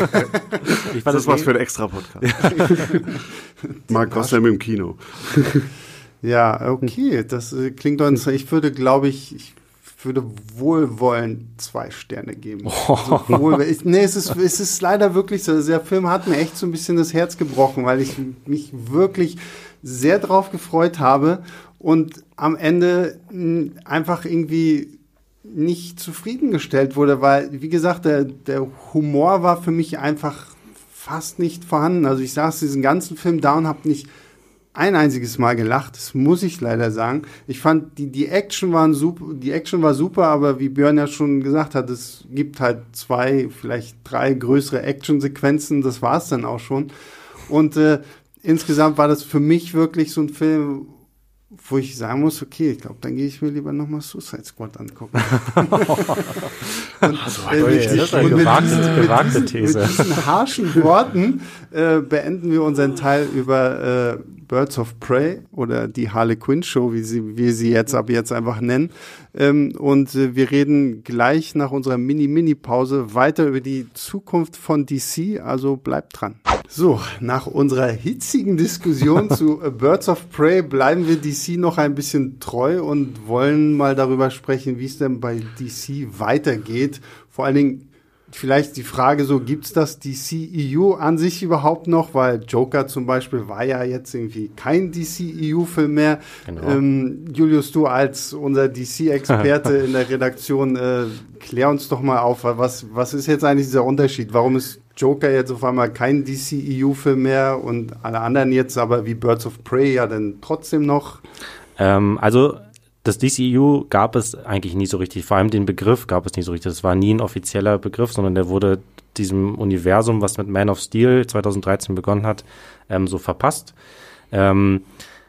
Ich das ist was für ein Extra-Podcast. Mag Gotham im Kino. Ja, okay, das äh, klingt doch, ich würde, glaube ich, ich würde wohlwollend zwei Sterne geben. Oh. Also wohl, ich, nee, es ist, es ist leider wirklich so, der Film hat mir echt so ein bisschen das Herz gebrochen, weil ich mich wirklich sehr drauf gefreut habe und am Ende mh, einfach irgendwie nicht zufriedengestellt wurde, weil, wie gesagt, der, der Humor war für mich einfach fast nicht vorhanden. Also ich saß diesen ganzen Film da und habe nicht ein einziges Mal gelacht, das muss ich leider sagen. Ich fand, die, die Action waren super, die Action war super, aber wie Björn ja schon gesagt hat, es gibt halt zwei, vielleicht drei größere Action-Sequenzen, das war's dann auch schon. Und äh, insgesamt war das für mich wirklich so ein Film, wo ich sagen muss, okay, ich glaube, dann gehe ich mir lieber nochmal Suicide Squad angucken. und, also, äh, mit, das ist eine gewagte, diesen, gewagte These. Mit diesen harschen Worten äh, beenden wir unseren Teil über äh, Birds of Prey oder die Harley Quinn Show, wie sie, wie sie jetzt ab jetzt einfach nennen. Ähm, und äh, wir reden gleich nach unserer Mini-Mini-Pause weiter über die Zukunft von D C, also bleibt dran. So, nach unserer hitzigen Diskussion zu äh, Birds of Prey bleiben wir D C noch ein bisschen treu und wollen mal darüber sprechen, wie es denn bei D C weitergeht. Vor allen Dingen, Vielleicht die Frage so, gibt's das D C E U an sich überhaupt noch? Weil Joker zum Beispiel war ja jetzt irgendwie kein D C E U-Film mehr. Genau. Ähm, Julius, du als unser D C-Experte in der Redaktion, äh, klär uns doch mal auf, was, was ist jetzt eigentlich dieser Unterschied? Warum ist Joker jetzt auf einmal kein D C E U-Film mehr und alle anderen jetzt aber wie Birds of Prey ja dann trotzdem noch? Ähm, also das D C E U gab es eigentlich nie so richtig, vor allem den Begriff gab es nie so richtig. Das war nie ein offizieller Begriff, sondern der wurde diesem Universum, was mit Man of Steel zwanzig dreizehn begonnen hat, ähm, so verpasst. Ähm,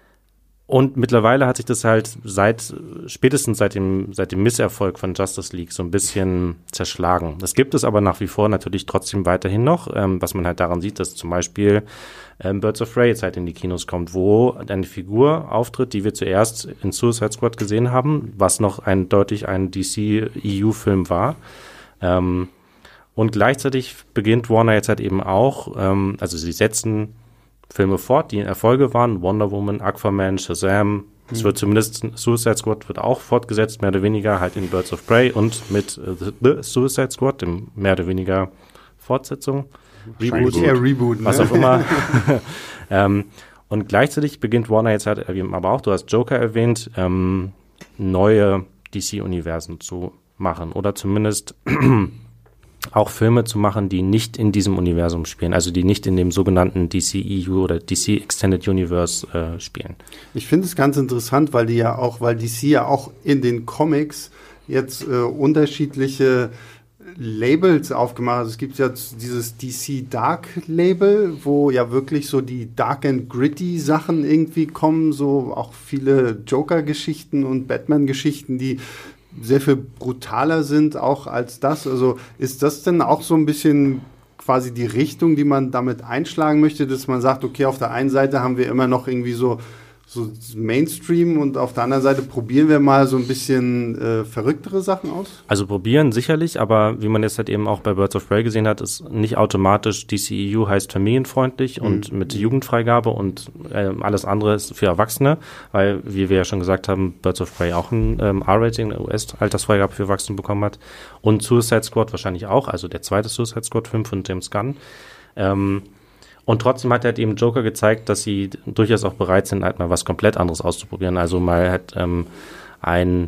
und mittlerweile hat sich das halt seit, spätestens seit dem, seit dem Misserfolg von Justice League so ein bisschen zerschlagen. Das gibt es aber nach wie vor natürlich trotzdem weiterhin noch, ähm, was man halt daran sieht, dass zum Beispiel ähm, Birds of Prey jetzt halt in die Kinos kommt, wo eine Figur auftritt, die wir zuerst in Suicide Squad gesehen haben, was noch ein deutlich ein D C E U-Film war. Ähm, und gleichzeitig beginnt Warner jetzt halt eben auch, ähm, also sie setzen Filme fort, die in Erfolge waren, Wonder Woman, Aquaman, Shazam, es mhm. wird zumindest, Suicide Squad wird auch fortgesetzt, mehr oder weniger halt in Birds of Prey und mit äh, The Suicide Squad, dem mehr oder weniger Fortsetzung, Reboot, eher Reboot, ne? Was auch immer. ähm, und gleichzeitig beginnt Warner jetzt halt, aber auch, du hast Joker erwähnt, ähm, neue D C-Universen zu machen oder zumindest auch Filme zu machen, die nicht in diesem Universum spielen, also die nicht in dem sogenannten D C E U oder D C Extended Universe äh, spielen. Ich finde es ganz interessant, weil die ja auch, weil D C ja auch in den Comics jetzt äh, unterschiedliche Labels aufgemacht hat. Also es gibt ja dieses D C Dark Label, wo ja wirklich so die Dark and Gritty Sachen irgendwie kommen, so auch viele Joker-Geschichten und Batman-Geschichten, die sehr viel brutaler sind auch als das. Also ist das denn auch so ein bisschen quasi die Richtung, die man damit einschlagen möchte, dass man sagt, okay, auf der einen Seite haben wir immer noch irgendwie so, so Mainstream und auf der anderen Seite probieren wir mal so ein bisschen äh, verrücktere Sachen aus? Also probieren sicherlich, aber wie man jetzt halt eben auch bei Birds of Prey gesehen hat, ist nicht automatisch D C E U heißt familienfreundlich mhm. und mit Jugendfreigabe und äh, alles andere ist für Erwachsene, weil, wie wir ja schon gesagt haben, Birds of Prey auch ein ähm, R-Rating, eine U S-Altersfreigabe für Erwachsene bekommen hat und Suicide Squad wahrscheinlich auch, also der zweite Suicide Squad-Film von James Gunn. Ähm, Und trotzdem hat halt eben Joker gezeigt, dass sie durchaus auch bereit sind, halt mal was komplett anderes auszuprobieren. Also mal halt ähm, einen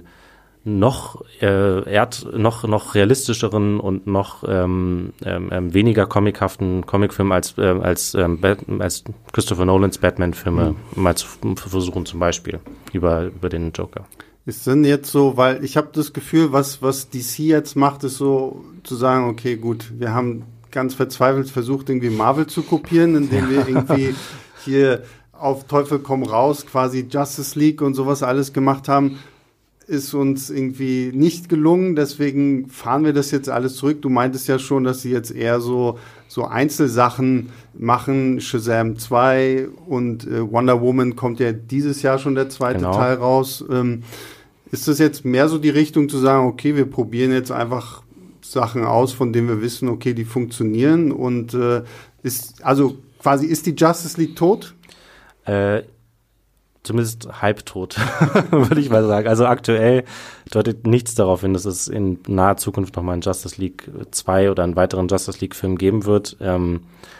noch äh, erd, noch noch realistischeren und noch ähm, ähm, weniger comichaften Comicfilm als äh, als ähm, als Christopher Nolans Batman-Filme mhm. mal zu versuchen, zum Beispiel über über den Joker. Ist denn jetzt so, weil ich habe das Gefühl, was was D C jetzt macht, ist so zu sagen, okay, gut, wir haben ganz verzweifelt versucht, irgendwie Marvel zu kopieren, indem wir irgendwie hier auf Teufel komm raus quasi Justice League und sowas alles gemacht haben, ist uns irgendwie nicht gelungen. Deswegen fahren wir das jetzt alles zurück. Du meintest ja schon, dass sie jetzt eher so, so Einzelsachen machen. Shazam zwei und äh, Wonder Woman kommt ja dieses Jahr schon der zweite genau. Teil raus. Ähm, ist das jetzt mehr so die Richtung zu sagen, okay, wir probieren jetzt einfach Sachen aus, von denen wir wissen, okay, die funktionieren und äh, ist, also quasi ist die Justice League tot? Äh, zumindest halbtot, würde ich mal sagen. Also aktuell deutet nichts darauf hin, dass es in naher Zukunft nochmal einen Justice League zwei oder einen weiteren Justice League Film geben wird, ähm,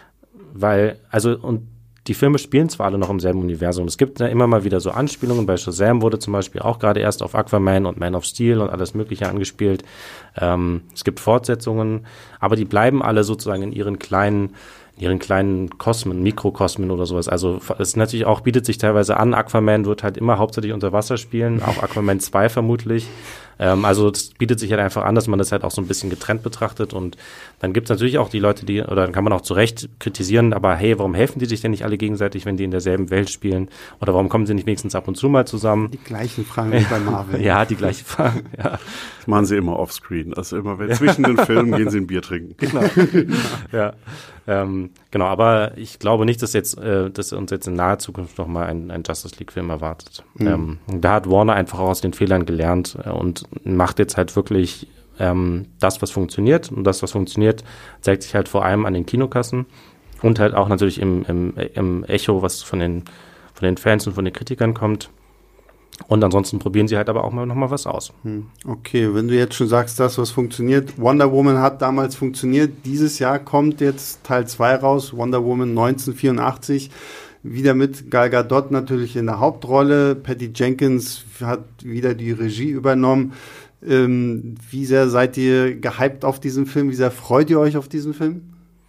weil, also und die Filme spielen zwar alle noch im selben Universum. Es gibt ja immer mal wieder so Anspielungen. Bei Shazam wurde zum Beispiel auch gerade erst auf Aquaman und Man of Steel und alles Mögliche angespielt. Ähm, es gibt Fortsetzungen, aber die bleiben alle sozusagen in ihren kleinen, in ihren kleinen Kosmen, Mikrokosmen oder sowas. Also es natürlich auch bietet sich teilweise an. Aquaman wird halt immer hauptsächlich unter Wasser spielen, auch Aquaman zwei vermutlich. Ähm, also es bietet sich halt einfach an, dass man das halt auch so ein bisschen getrennt betrachtet und dann gibt es natürlich auch die Leute, die, oder dann kann man auch zu Recht kritisieren, aber hey, warum helfen die sich denn nicht alle gegenseitig, wenn die in derselben Welt spielen? Oder warum kommen sie nicht wenigstens ab und zu mal zusammen? Die gleichen Fragen wie bei Marvel. Ja, die gleichen Fragen, ja. Das machen sie immer offscreen, also immer, wenn zwischen den Filmen gehen sie ein Bier trinken. Genau, ja. Ähm, genau, aber ich glaube nicht, dass jetzt, äh, dass uns jetzt in naher Zukunft nochmal ein, ein Justice League-Film erwartet. Mhm. Ähm, da hat Warner einfach auch aus den Fehlern gelernt äh, und macht jetzt halt wirklich ähm, das, was funktioniert. Und das, was funktioniert, zeigt sich halt vor allem an den Kinokassen und halt auch natürlich im, im, im Echo, was von den, von den Fans und von den Kritikern kommt. Und ansonsten probieren sie halt aber auch mal nochmal was aus. Okay, wenn du jetzt schon sagst, das, was funktioniert, Wonder Woman hat damals funktioniert, dieses Jahr kommt jetzt Teil zwei raus, Wonder Woman neunzehnhundertvierundachtzig, wieder mit Gal Gadot natürlich in der Hauptrolle, Patty Jenkins hat wieder die Regie übernommen. Ähm, wie sehr seid ihr gehypt auf diesen Film, wie sehr freut ihr euch auf diesen Film?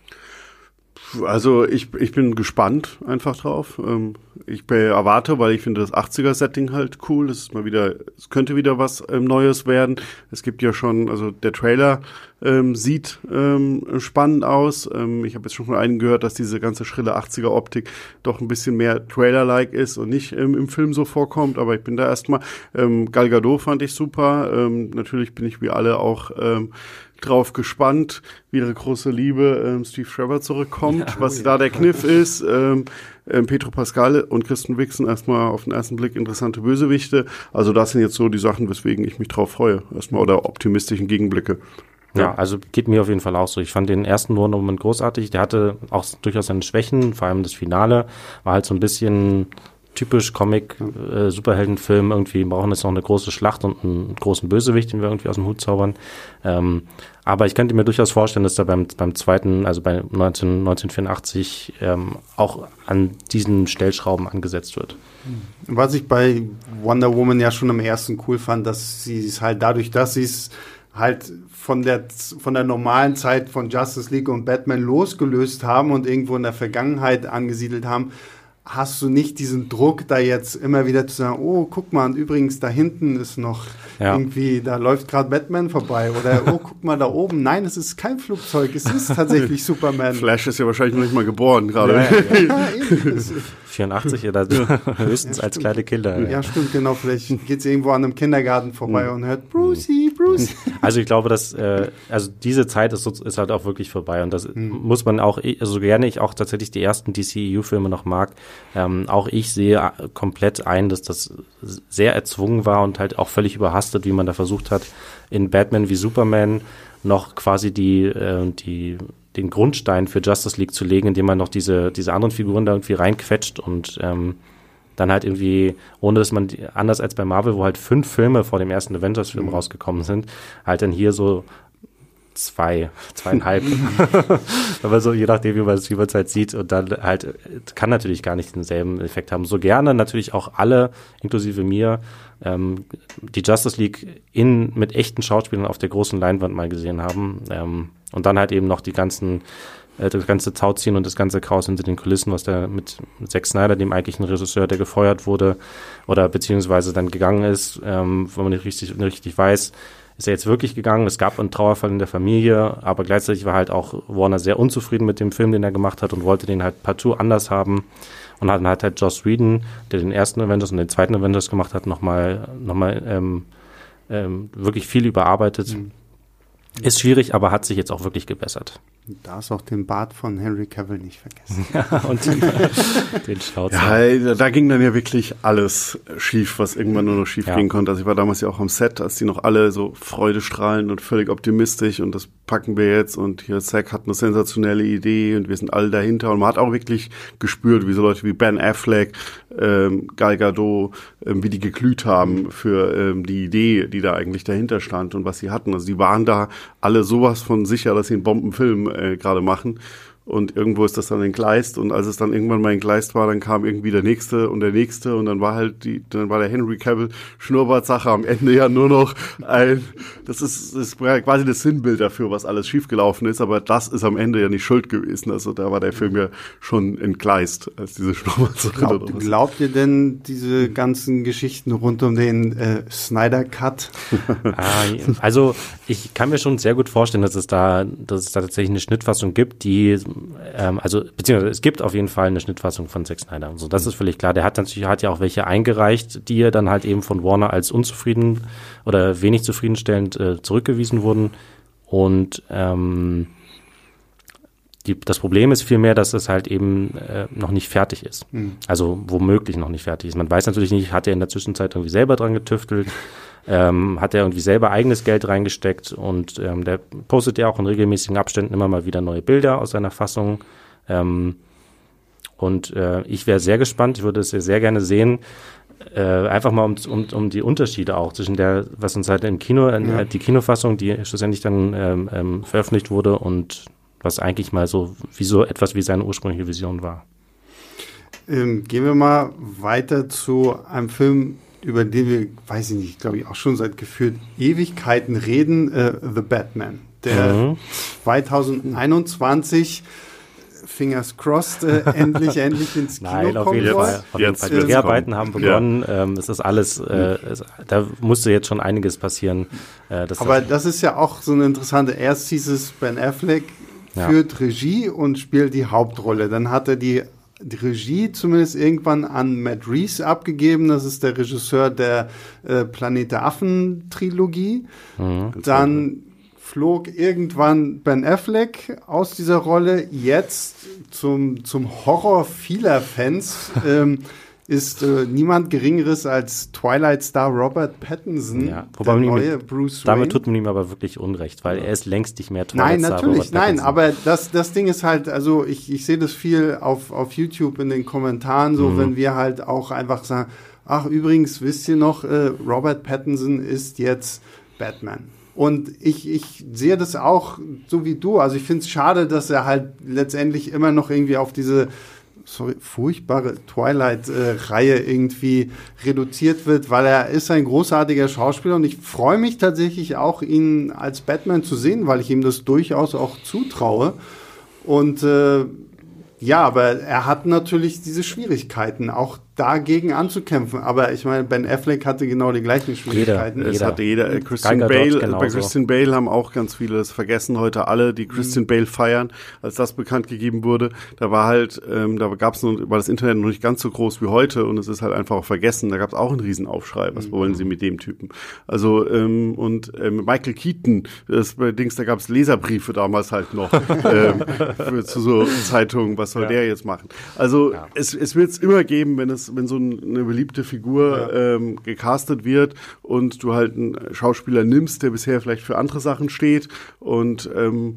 Also ich, ich bin gespannt einfach drauf. Ich erwarte, weil ich finde das achtziger-Setting halt cool. Es ist mal wieder, es könnte wieder was ähm, Neues werden. Es gibt ja schon, also der Trailer ähm, sieht ähm, spannend aus. Ähm, ich habe jetzt schon von einigen gehört, dass diese ganze schrille achtziger-Optik doch ein bisschen mehr Trailer-like ist und nicht ähm, im Film so vorkommt. Aber ich bin da erstmal, ähm, Gal Gadot fand ich super. Ähm, natürlich bin ich wie alle auch ähm, drauf gespannt, wie ihre große Liebe ähm, Steve Trevor zurückkommt, ja, was ja. da der Kniff ist. Ähm, ähm, Pedro Pascal und Kristen Wiig sind erstmal auf den ersten Blick interessante Bösewichte. Also das sind jetzt so die Sachen, weswegen ich mich drauf freue. Erstmal oder optimistischen Gegenblicke. Ja. ja, also geht mir auf jeden Fall auch so. Ich fand den ersten Wonder Woman großartig. Der hatte auch durchaus seine Schwächen, vor allem das Finale war halt so ein bisschen typisch Comic, äh, Superheldenfilm, irgendwie brauchen jetzt noch eine große Schlacht und einen großen Bösewicht, den wir irgendwie aus dem Hut zaubern. Ähm, aber ich könnte mir durchaus vorstellen, dass da beim, beim zweiten, also bei neunzehnhundertvierundachtzig ähm, auch an diesen Stellschrauben angesetzt wird. Was ich bei Wonder Woman ja schon am ersten cool fand, dass sie es halt dadurch, dass sie es halt von der, von der normalen Zeit von Justice League und Batman losgelöst haben und irgendwo in der Vergangenheit angesiedelt haben, hast du nicht diesen Druck, da jetzt immer wieder zu sagen, oh, guck mal, und übrigens, da hinten ist noch ja. irgendwie, da läuft gerade Batman vorbei oder oh, guck mal da oben. Nein, es ist kein Flugzeug, es ist tatsächlich Superman. Flash ist ja wahrscheinlich noch nicht mal geboren gerade. Ja, ja, ja. ja, vierundachtzig oder höchstens ja, als kleine Kinder. Ja. ja, stimmt, genau. Vielleicht geht es irgendwo an einem Kindergarten vorbei mhm. und hört Brucey, Brucey. Also ich glaube, dass äh, also diese Zeit ist, ist halt auch wirklich vorbei und das mhm. muss man auch, also gerne ich auch tatsächlich die ersten D C E U-Filme noch mag, ähm, auch ich sehe komplett ein, dass das sehr erzwungen war und halt auch völlig überhastet, wie man da versucht hat, in Batman wie Superman noch quasi die, äh, die den Grundstein für Justice League zu legen, indem man noch diese diese anderen Figuren da irgendwie reinquetscht und ähm, dann halt irgendwie, ohne dass man, die, anders als bei Marvel, wo halt fünf Filme vor dem ersten Avengers-Film mhm. rausgekommen sind, halt dann hier so zwei, zweieinhalb. Aber so, je nachdem, wie man es wie man es halt sieht und dann halt, kann natürlich gar nicht denselben Effekt haben. So gerne natürlich auch alle, inklusive mir, ähm, die Justice League in, mit echten Schauspielern auf der großen Leinwand mal gesehen haben. Ähm, und dann halt eben noch die ganzen, äh, das ganze Tauziehen und das ganze Chaos hinter den Kulissen, was da mit Zack Snyder, dem eigentlichen Regisseur, der gefeuert wurde oder beziehungsweise dann gegangen ist, ähm, wo man nicht richtig, nicht richtig weiß, ist er jetzt wirklich gegangen. Es gab einen Trauerfall in der Familie, aber gleichzeitig war halt auch Warner sehr unzufrieden mit dem Film, den er gemacht hat und wollte den halt partout anders haben. Und dann hat halt Joss Whedon, der den ersten Avengers und den zweiten Avengers gemacht hat, nochmal noch mal, ähm, ähm, wirklich viel überarbeitet. Mhm. Ist schwierig, aber hat sich jetzt auch wirklich gebessert. Da ist auch den Bart von Henry Cavill nicht vergessen. Ja, und den, den Schnauzer. Ja, da ging dann ja wirklich alles schief, was irgendwann nur noch schief ja. gehen konnte. Also ich war damals ja auch am Set, als die noch alle so freudestrahlend und völlig optimistisch und das packen wir jetzt und hier Zack hat eine sensationelle Idee und wir sind alle dahinter und man hat auch wirklich gespürt, wie so Leute wie Ben Affleck, ähm, Gal Gadot, ähm, wie die geglüht haben für ähm, die Idee, die da eigentlich dahinter stand und was sie hatten. Also die waren da alle sowas von sicher, dass sie einen Bombenfilm äh, gerade machen. Und irgendwo ist das dann entgleist und als es dann irgendwann mal entgleist war, dann kam irgendwie der nächste und der nächste und dann war halt die, dann war der Henry Cavill Schnurrbartsache am Ende ja nur noch ein, das ist, das ist quasi das Sinnbild dafür, was alles schiefgelaufen ist, aber das ist am Ende ja nicht schuld gewesen, also da war der Film ja schon entgleist, als diese Schnurrbarsache. Glaubt, glaubt ihr denn diese ganzen Geschichten rund um den äh, Snyder Cut? Also ich kann mir schon sehr gut vorstellen, dass es da, dass es da tatsächlich eine Schnittfassung gibt, die Ähm, also, beziehungsweise es gibt auf jeden Fall eine Schnittfassung von Zack Snyder. So, das ist völlig klar. Der hat natürlich, hat ja auch welche eingereicht, die dann halt eben von Warner als unzufrieden oder wenig zufriedenstellend äh, zurückgewiesen wurden. Und ähm, die, das Problem ist vielmehr, dass es halt eben äh, noch nicht fertig ist. Mhm. Also womöglich noch nicht fertig ist. Man weiß natürlich nicht, hat er in der Zwischenzeit irgendwie selber dran getüftelt? Ähm, hat er irgendwie selber eigenes Geld reingesteckt und ähm, der postet ja auch in regelmäßigen Abständen immer mal wieder neue Bilder aus seiner Fassung. Ähm, und äh, ich wäre sehr gespannt, ich würde es sehr gerne sehen, äh, einfach mal um, um, um die Unterschiede auch zwischen der, was uns halt im Kino, ja. äh, die Kinofassung, die schlussendlich dann ähm, ähm, veröffentlicht wurde und was eigentlich mal so, wie so etwas wie seine ursprüngliche Vision war. Ähm, gehen wir mal weiter zu einem Film, über den wir, weiß ich nicht, glaube ich auch schon seit gefühlt Ewigkeiten reden, äh, The Batman, der mhm. zwanzig einundzwanzig Fingers crossed, äh, endlich, endlich ins Kino Nein, auf kommen jeden soll. Fall. Auf jeden Fall. Die Dreharbeiten haben begonnen. Ja. Ähm, es ist alles, äh, es, da musste jetzt schon einiges passieren. Äh, dass Aber das, das ist ja auch so eine interessante, erst hieß es, Ben Affleck führt ja. Regie und spielt die Hauptrolle. Dann hat er die, die Regie zumindest irgendwann an Matt Reeves abgegeben. Das ist der Regisseur der äh, Planet der Affen-Trilogie. Mhm. Dann flog irgendwann Ben Affleck aus dieser Rolle. Jetzt zum, zum Horror vieler Fans ähm, ist äh, niemand Geringeres als Twilight-Star Robert Pattinson, ja, der neue ihm, Bruce Wayne. Damit tut man ihm aber wirklich Unrecht, weil er ist längst nicht mehr Twilight-Star Nein, natürlich, Robert nein, aber das, das Ding ist halt, also ich, ich sehe das viel auf, auf YouTube in den Kommentaren, so mhm. wenn wir halt auch einfach sagen, ach übrigens, wisst ihr noch, äh, Robert Pattinson ist jetzt Batman. Und ich, ich sehe das auch so wie du. Also ich finde es schade, dass er halt letztendlich immer noch irgendwie auf diese sorry, furchtbare Twilight-Reihe äh, irgendwie reduziert wird, weil er ist ein großartiger Schauspieler und ich freue mich tatsächlich auch, ihn als Batman zu sehen, weil ich ihm das durchaus auch zutraue. Und äh, ja, aber er hat natürlich diese Schwierigkeiten, auch dagegen anzukämpfen. Aber ich meine, Ben Affleck hatte genau die gleichen Schwierigkeiten. Jeder, es jeder. hatte jeder. Christian Bale, bei Christian Bale haben auch ganz viele, das vergessen heute alle, die Christian mhm. Bale feiern, als das bekannt gegeben wurde. Da war halt, ähm, da gab's noch, war das Internet noch nicht ganz so groß wie heute und es ist halt einfach auch vergessen. Da gab's auch einen Riesenaufschrei. Was mhm. wollen sie mit dem Typen? Also, ähm, und ähm, Michael Keaton, das bei Dings, da gab's Leserbriefe damals halt noch ähm, für, zu so Zeitungen, was soll ja. der jetzt machen? Also, ja. es, es wird's immer geben, wenn es wenn so eine beliebte Figur ja. ähm, gecastet wird und du halt einen Schauspieler nimmst, der bisher vielleicht für andere Sachen steht und ähm,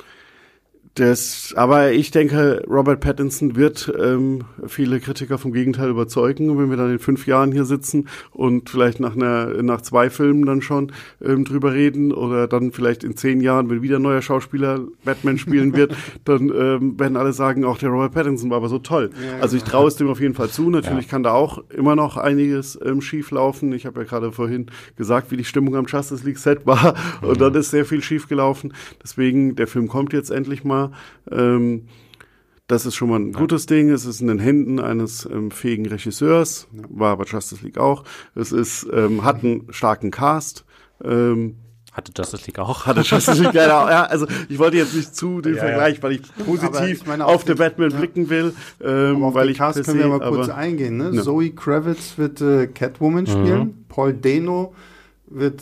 das, aber ich denke, Robert Pattinson wird ähm, viele Kritiker vom Gegenteil überzeugen. Und wenn wir dann in fünf Jahren hier sitzen und vielleicht nach einer nach zwei Filmen dann schon ähm, drüber reden oder dann vielleicht in zehn Jahren, wenn wieder ein neuer Schauspieler Batman spielen wird, dann ähm, werden alle sagen, auch der Robert Pattinson war aber so toll. Ja, also ich traue es dem auf jeden Fall zu. Natürlich ja. kann da auch immer noch einiges ähm, schief laufen. Ich habe ja gerade vorhin gesagt, wie die Stimmung am Justice League Set war und mhm. dann ist sehr viel schief gelaufen. Deswegen, der Film kommt jetzt endlich mal. Ähm, das ist schon mal ein gutes Ding. Es ist in den Händen eines ähm, fähigen Regisseurs, war bei Justice League auch. Es ist, ähm, hat einen starken Cast. Ähm, Hatte Justice League auch. Hatte Justice League leider auch. Ja, also ich wollte jetzt nicht zu den ja, Vergleich, ja. weil ich positiv ich meine, auf, auf den Batman ja. blicken will. Ähm, auf weil den ich Cast können wir mal kurz eingehen. Ne? Ja. Zoe Kravitz wird äh, Catwoman mhm. spielen. Paul Dano wird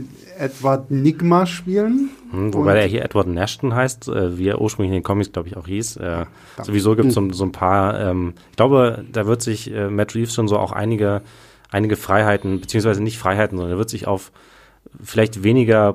Edward Nygma spielen. Hm, wobei er hier Edward Nashton heißt, äh, wie er ursprünglich in den Comics, glaube ich, auch hieß. Äh, sowieso gibt es so, so ein paar, ähm, ich glaube, da wird sich äh, Matt Reeves schon so auch einige, einige Freiheiten, beziehungsweise nicht Freiheiten, sondern er wird sich auf vielleicht weniger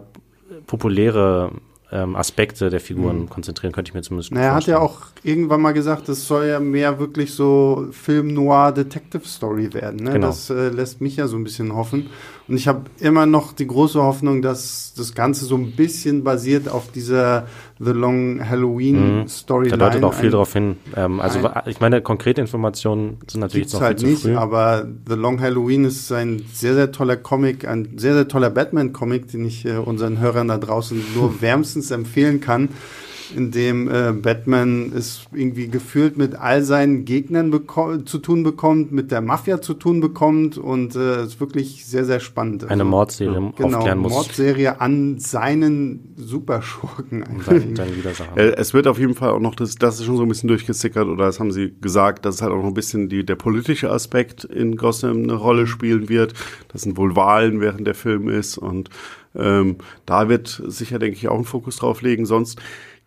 populäre ähm, Aspekte der Figuren mhm. konzentrieren, könnte ich mir zumindest naja, vorstellen. Er hat ja auch irgendwann mal gesagt, es soll ja mehr wirklich so Film-Noir-Detective-Story werden. Ne? Genau. Das äh, lässt mich ja so ein bisschen hoffen. Und ich habe immer noch die große Hoffnung, dass das Ganze so ein bisschen basiert auf dieser The Long Halloween Storyline. Da deutet auch viel darauf hin. Ähm, also ein, ich meine, konkrete Informationen sind natürlich jetzt noch halt viel nicht, zu früh. Aber The Long Halloween ist ein sehr, sehr toller Comic, ein sehr, sehr toller Batman-Comic, den ich äh, unseren Hörern da draußen nur wärmstens empfehlen kann, in dem äh, Batman es irgendwie gefühlt mit all seinen Gegnern beko- zu tun bekommt, mit der Mafia zu tun bekommt und es äh, ist wirklich sehr, sehr spannend. Eine also, Mordserie genau, aufklären muss. Mordserie an seinen Superschurken. Seine, seine Widersacher. Äh, es wird auf jeden Fall auch noch, das, das ist schon so ein bisschen durchgesickert oder das haben sie gesagt, dass es halt auch noch ein bisschen die, der politische Aspekt in Gotham eine Rolle spielen wird. Das sind wohl Wahlen, während der Film ist und ähm, da wird sicher, denke ich, auch ein Fokus drauf legen. Sonst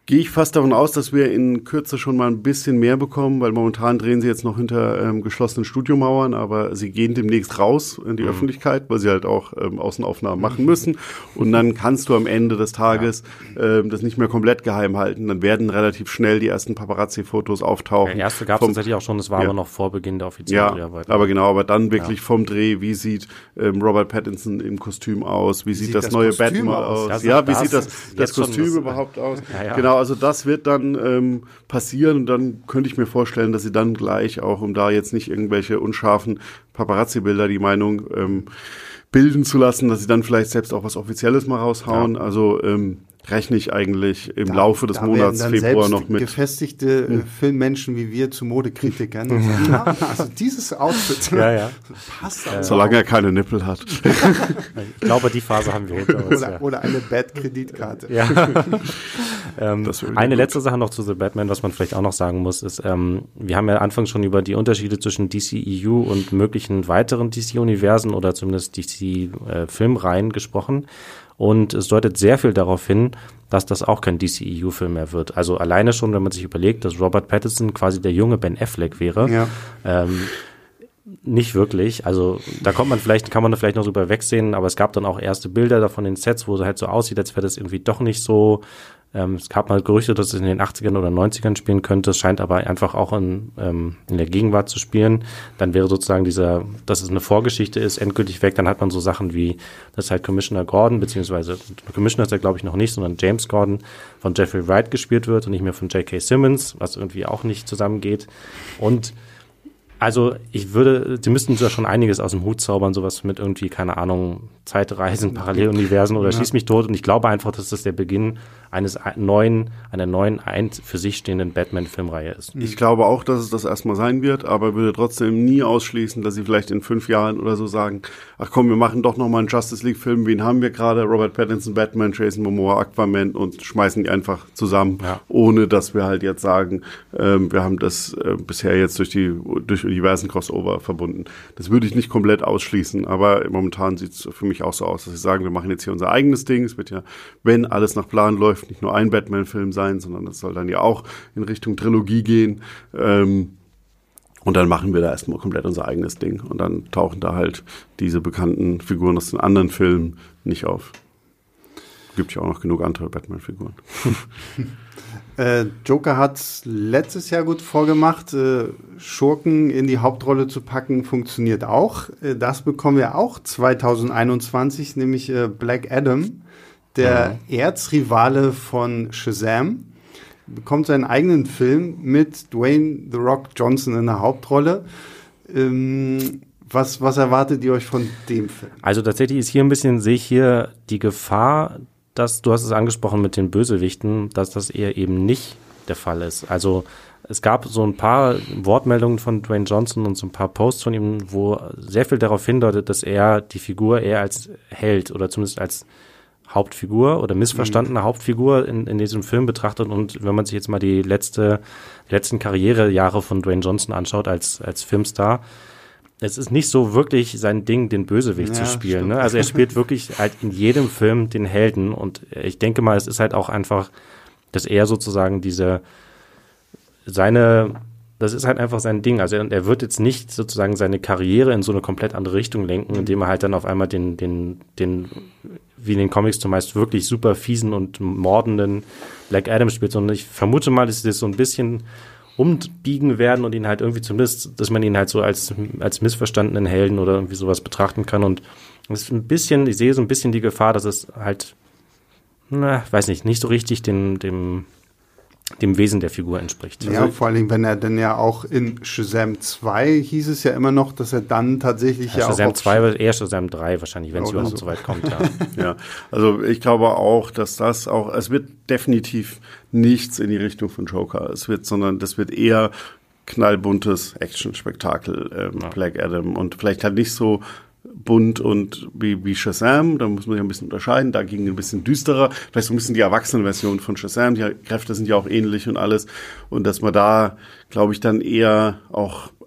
Gehe ich fast davon aus, dass wir in Kürze schon mal ein bisschen mehr bekommen, weil momentan drehen sie jetzt noch hinter ähm, geschlossenen Studiomauern, aber sie gehen demnächst raus in die mhm. Öffentlichkeit, weil sie halt auch ähm, Außenaufnahmen machen müssen. Und dann kannst du am Ende des Tages ja. ähm, das nicht mehr komplett geheim halten. Dann werden relativ schnell die ersten Paparazzi-Fotos auftauchen. Der erste gab es tatsächlich auch schon, das war ja. aber noch vor Beginn der offiziellen ja, Dreharbeit. Aber genau, aber dann wirklich ja. vom Dreh, wie sieht ähm, Robert Pattinson im Kostüm aus, wie, wie sieht, sieht das, das neue Kostüm Batman aus, aus? ja, wie sieht das, das Kostüm das, überhaupt aus? Ja, ja. Genau, also das wird dann ähm, passieren und dann könnte ich mir vorstellen, dass sie dann gleich auch, um da jetzt nicht irgendwelche unscharfen Paparazzi-Bilder die Meinung ähm, bilden zu lassen, dass sie dann vielleicht selbst auch was Offizielles mal raushauen. Ja. Also ähm, rechne ich eigentlich im da, Laufe des Monats Februar noch mit. Gefestigte hm. Filmmenschen wie wir zu Modekritikern. Ja. Also dieses Outfit ja, ja. passt auch. Solange er keine Nippel hat. Ich glaube, die Phase haben wir hinter uns. Oder, ja. oder eine Bad-Kreditkarte. Ja. ähm, eine letzte Sache noch zu The Batman, was man vielleicht auch noch sagen muss, ist, ähm, wir haben ja anfangs schon über die Unterschiede zwischen D C E U und möglichen weiteren D C-Universen oder zumindest D C-Filmreihen gesprochen. Und es deutet sehr viel darauf hin, dass das auch kein D C E U-Film mehr wird. Also alleine schon, wenn man sich überlegt, dass Robert Pattinson quasi der junge Ben Affleck wäre. Ja. Ähm, nicht wirklich. Also da kommt man vielleicht, kann man da vielleicht noch drüber wegsehen, aber es gab dann auch erste Bilder davon in den Sets, wo es halt so aussieht, als wäre das irgendwie doch nicht so. Ähm, es gab mal Gerüchte, dass es in den achtzigern oder neunzigern spielen könnte. Es scheint aber einfach auch in, ähm, in der Gegenwart zu spielen. Dann wäre sozusagen dieser, dass es eine Vorgeschichte ist, endgültig weg. Dann hat man so Sachen wie, dass halt Commissioner Gordon, beziehungsweise Commissioner ist er glaube ich noch nicht, sondern James Gordon von Jeffrey Wright gespielt wird und nicht mehr von J K. Simmons, was irgendwie auch nicht zusammengeht. Und also ich würde, sie müssten da schon einiges aus dem Hut zaubern, sowas mit irgendwie, keine Ahnung, Zeitreisen, Paralleluniversen oder ja. Schieß mich tot. Und ich glaube einfach, dass das der Beginn eines neuen, einer neuen, ein für sich stehenden Batman-Filmreihe ist. Ich glaube auch, dass es das erstmal sein wird, aber würde trotzdem nie ausschließen, dass sie vielleicht in fünf Jahren oder so sagen, ach komm, wir machen doch nochmal einen Justice League-Film, wen haben wir gerade? Robert Pattinson, Batman, Jason Momoa, Aquaman und schmeißen die einfach zusammen, ja. ohne dass wir halt jetzt sagen, ähm, wir haben das äh, bisher jetzt durch die durch diversen Crossover verbunden. Das würde ich nicht komplett ausschließen, aber momentan sieht es für mich auch so aus, dass sie sagen, wir machen jetzt hier unser eigenes Ding. Es wird ja, wenn alles nach Plan läuft, nicht nur ein Batman-Film sein, sondern das soll dann ja auch in Richtung Trilogie gehen. Ähm, und dann machen wir da erstmal komplett unser eigenes Ding. Und dann tauchen da halt diese bekannten Figuren aus den anderen Filmen nicht auf. Gibt ja auch noch genug andere Batman-Figuren. Äh, Joker hat letztes Jahr gut vorgemacht. Äh, Schurken in die Hauptrolle zu packen, funktioniert auch. Äh, das bekommen wir auch zwanzig einundzwanzig, nämlich äh, Black Adam, der mhm. Erzrivale von Shazam, bekommt seinen eigenen Film mit Dwayne The Rock Johnson in der Hauptrolle. Ähm, was, was erwartet ihr euch von dem Film? Also tatsächlich ist hier ein bisschen, sehe ich hier die Gefahr, dass, du hast es angesprochen mit den Bösewichten, dass das eher eben nicht der Fall ist. Also es gab so ein paar Wortmeldungen von Dwayne Johnson und so ein paar Posts von ihm, wo sehr viel darauf hindeutet, dass er die Figur eher als Held oder zumindest als Hauptfigur oder missverstandene mhm. Hauptfigur in, in diesem Film betrachtet. Und wenn man sich jetzt mal die letzte, die letzten Karrierejahre von Dwayne Johnson anschaut als, als Filmstar, es ist nicht so wirklich sein Ding, den Bösewicht ja, zu spielen. Ne? Also er spielt wirklich halt in jedem Film den Helden. Und ich denke mal, es ist halt auch einfach, dass er sozusagen diese, seine, das ist halt einfach sein Ding. Also er, er wird jetzt nicht sozusagen seine Karriere in so eine komplett andere Richtung lenken, indem er halt dann auf einmal den, den, den, wie in den Comics zumeist wirklich super fiesen und mordenden Black Adam spielt, sondern ich vermute mal, dass das so ein bisschen umbiegen werden und ihn halt irgendwie zumindest, dass man ihn halt so als, als missverstandenen Helden oder irgendwie sowas betrachten kann. Und es ist ein bisschen, ich sehe so ein bisschen die Gefahr, dass es halt, na, weiß nicht, nicht so richtig dem, dem, dem Wesen der Figur entspricht. Ja, also, vor allem, wenn er dann ja auch in Shazam zwei hieß es ja immer noch, dass er dann tatsächlich ja, ja Shazam auch... Shazam zwei, eher Shazam drei wahrscheinlich, wenn es überhaupt so. so weit kommt. Ja. Ja, also ich glaube auch, dass das auch, es wird definitiv nichts in die Richtung von Joker. Es wird, sondern das wird eher knallbuntes Action-Spektakel, ähm, ja. Black Adam und vielleicht halt nicht so bunt und wie, wie Shazam, da muss man sich ein bisschen unterscheiden, da ging ein bisschen düsterer, vielleicht so ein bisschen die Erwachsenen-Version von Shazam, die Kräfte sind ja auch ähnlich und alles und dass man da, glaube ich, dann eher auch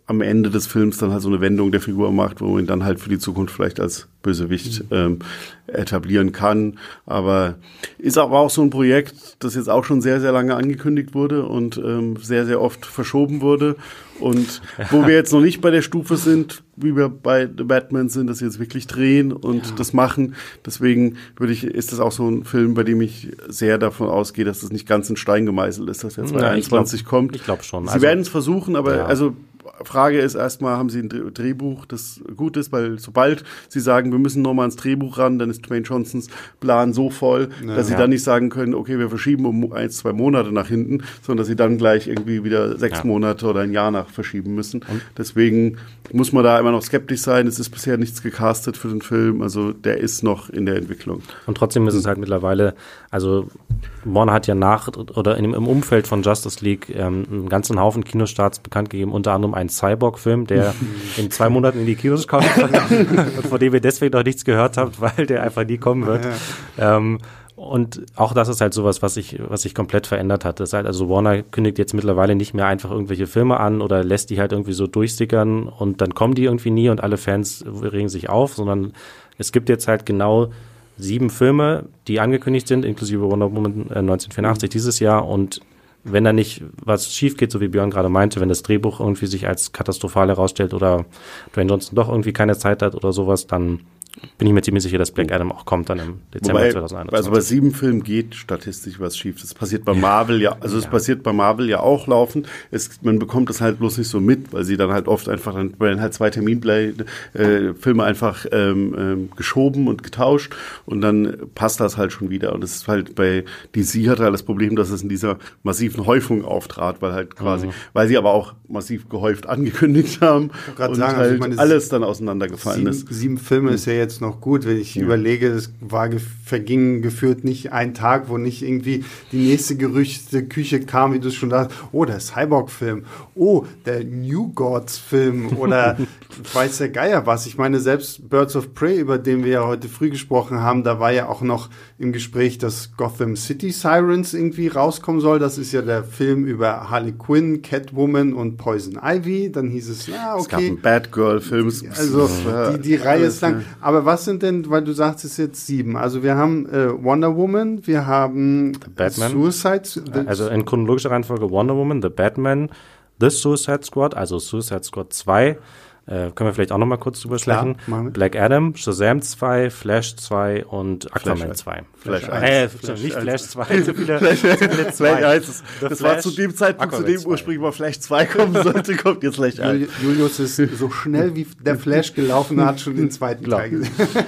am Ende des Films dann halt so eine Wendung der Figur macht, wo man ihn dann halt für die Zukunft vielleicht als Bösewicht ähm, etablieren kann. Aber ist aber auch so ein Projekt, das jetzt auch schon sehr, sehr lange angekündigt wurde und ähm, sehr, sehr oft verschoben wurde. Und wo wir jetzt noch nicht bei der Stufe sind, wie wir bei The Batman sind, dass sie jetzt wirklich drehen und ja. das machen. Deswegen würde ich, ist das auch so ein Film, bei dem ich sehr davon ausgehe, dass das nicht ganz in Stein gemeißelt ist, dass der zwanzig einundzwanzig kommt. Ich glaube schon. Sie also, werden es versuchen, aber ja. also Frage ist erstmal, haben Sie ein Drehbuch, das gut ist, weil sobald Sie sagen, wir müssen nochmal ans Drehbuch ran, dann ist Dwayne Johnsons Plan so voll, ja. dass Sie ja. dann nicht sagen können, okay, wir verschieben um ein, zwei Monate nach hinten, sondern dass Sie dann gleich irgendwie wieder sechs ja. Monate oder ein Jahr nach verschieben müssen. Und? Deswegen muss man da immer noch skeptisch sein. Es ist bisher nichts gecastet für den Film, also der ist noch in der Entwicklung. Und trotzdem ist es halt mittlerweile, also Warner hat ja nach oder im, im Umfeld von Justice League ähm, einen ganzen Haufen Kinostarts bekannt gegeben, unter anderem einen Cyborg-Film, der in zwei Monaten in die Kinos kommt und von dem ihr deswegen noch nichts gehört habt, weil der einfach nie kommen wird. Ja. Ähm, und auch das ist halt sowas, was sich was sich komplett verändert hat. Das ist halt, also Warner kündigt jetzt mittlerweile nicht mehr einfach irgendwelche Filme an oder lässt die halt irgendwie so durchsickern und dann kommen die irgendwie nie und alle Fans regen sich auf, sondern es gibt jetzt halt genau sieben Filme, die angekündigt sind, inklusive Wonder Woman äh, neunzehnhundertvierundachtzig mhm. dieses Jahr, und wenn da nicht was schief geht, so wie Björn gerade meinte, wenn das Drehbuch irgendwie sich als katastrophal herausstellt oder Dwayne Johnson doch irgendwie keine Zeit hat oder sowas, dann bin ich mir ziemlich sicher, dass Black Adam auch kommt dann im Dezember Wobei, zweitausendeinundzwanzig. Also bei sieben Filmen geht statistisch was schief. Das passiert bei Marvel ja, also es ja. passiert bei Marvel ja auch laufend. Es, man bekommt das halt bloß nicht so mit, weil sie dann halt oft einfach, dann werden halt zwei Terminpläne, äh, Filme einfach ähm, ähm, geschoben und getauscht und dann passt das halt schon wieder. Und es ist halt bei D C hat halt das Problem, dass es in dieser massiven Häufung auftrat, weil halt quasi, mhm. weil sie aber auch massiv gehäuft angekündigt haben und sagen, halt also meine, alles dann auseinandergefallen sieben, ist. Sieben Filme mhm. ist ja jetzt noch gut, wenn ich ja. überlege, es war verging geführt nicht ein Tag, wo nicht irgendwie die nächste Gerüchteküche kam, wie du es schon sagst, oh, der Cyborg-Film, oh, der New Gods-Film oder weiß der Geier was. Ich meine, selbst Birds of Prey, über den wir ja heute früh gesprochen haben, da war ja auch noch im Gespräch, dass Gotham City Sirens irgendwie rauskommen soll. Das ist ja der Film über Harley Quinn, Catwoman und Poison Ivy. Dann hieß es, ja, okay. Es gab einen Batgirl-Film. Also die, die Reihe ist lang. Aber was sind denn, weil du sagst, es ist jetzt sieben. Also wir haben äh, Wonder Woman, wir haben The Batman. Suicide. Also in chronologischer Reihenfolge Wonder Woman, The Batman, The Suicide Squad, also Suicide Squad zwei. Äh, können wir vielleicht auch noch mal kurz drüber sprechen. Black Adam, Shazam zwei, Flash zwei und Aquaman zwei. Flash eins. Äh, Flash nicht eins. Flash zwei, so viele, so viele zwei. eins. Das Flash, war zu dem Zeitpunkt, zu dem zwei. Ursprünglich mal Flash zwei kommen sollte, kommt jetzt Flash eins. Julius ist so schnell wie der Flash gelaufen, hat schon den zweiten Teil gesehen.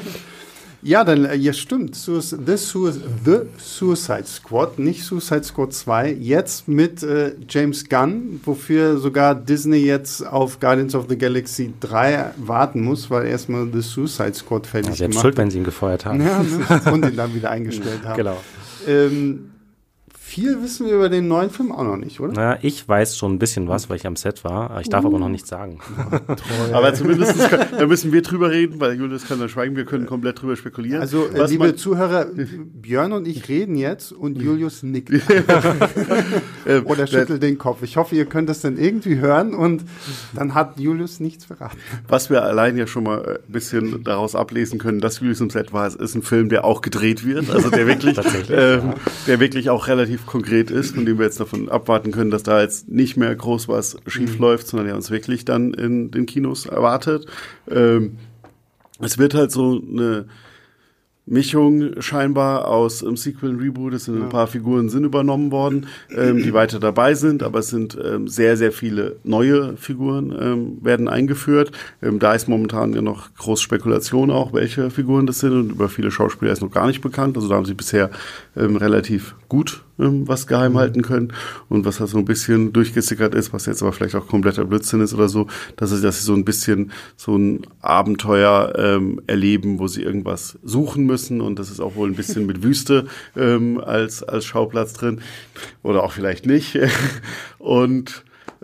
Ja, dann, ja, stimmt. The, Su- The Suicide Squad, nicht Suicide Squad zwei, jetzt mit äh, James Gunn, wofür sogar Disney jetzt auf Guardians of the Galaxy drei warten muss, weil erstmal The Suicide Squad fertig ja, gemacht. Schuld, wenn sie ihn gefeuert haben. Ja, ne? Und ihn dann wieder eingestellt haben. Genau. Ähm, viel wissen wir über den neuen Film auch noch nicht, oder? Naja, ich weiß schon ein bisschen was, weil ich am Set war. Ich darf uh. aber noch nichts sagen. Ja, toll. Aber zumindest kann, da müssen wir drüber reden, weil Julius kann dann schweigen, wir können komplett drüber spekulieren. Also, was liebe man, Zuhörer, Björn und ich reden jetzt und Julius nickt. Oder schüttelt den Kopf. Ich hoffe, ihr könnt das dann irgendwie hören und dann hat Julius nichts verraten. Was wir allein ja schon mal ein bisschen daraus ablesen können, dass Julius im Set war, es ist ein Film, der auch gedreht wird, also der wirklich, ähm, ja. der wirklich auch relativ konkret ist, von dem wir jetzt davon abwarten können, dass da jetzt nicht mehr groß was schief mhm. läuft, sondern der uns wirklich dann in den Kinos erwartet. Ähm, es wird halt so eine Mischung scheinbar aus im Sequel und Reboot. Es sind ein paar Figuren sind übernommen worden, ähm, die weiter dabei sind, aber es sind ähm, sehr, sehr viele neue Figuren ähm, werden eingeführt. Ähm, da ist momentan ja noch groß Spekulation auch, welche Figuren das sind, und über viele Schauspieler ist noch gar nicht bekannt. Also da haben sie bisher ähm, relativ gut ähm, was geheim halten können, und was da so ein bisschen durchgesickert ist, was jetzt aber vielleicht auch kompletter Blödsinn ist oder so, dass sie, dass sie so ein bisschen so ein Abenteuer ähm, erleben, wo sie irgendwas suchen müssen, und das ist auch wohl ein bisschen mit Wüste ähm, als als Schauplatz drin oder auch vielleicht nicht. Und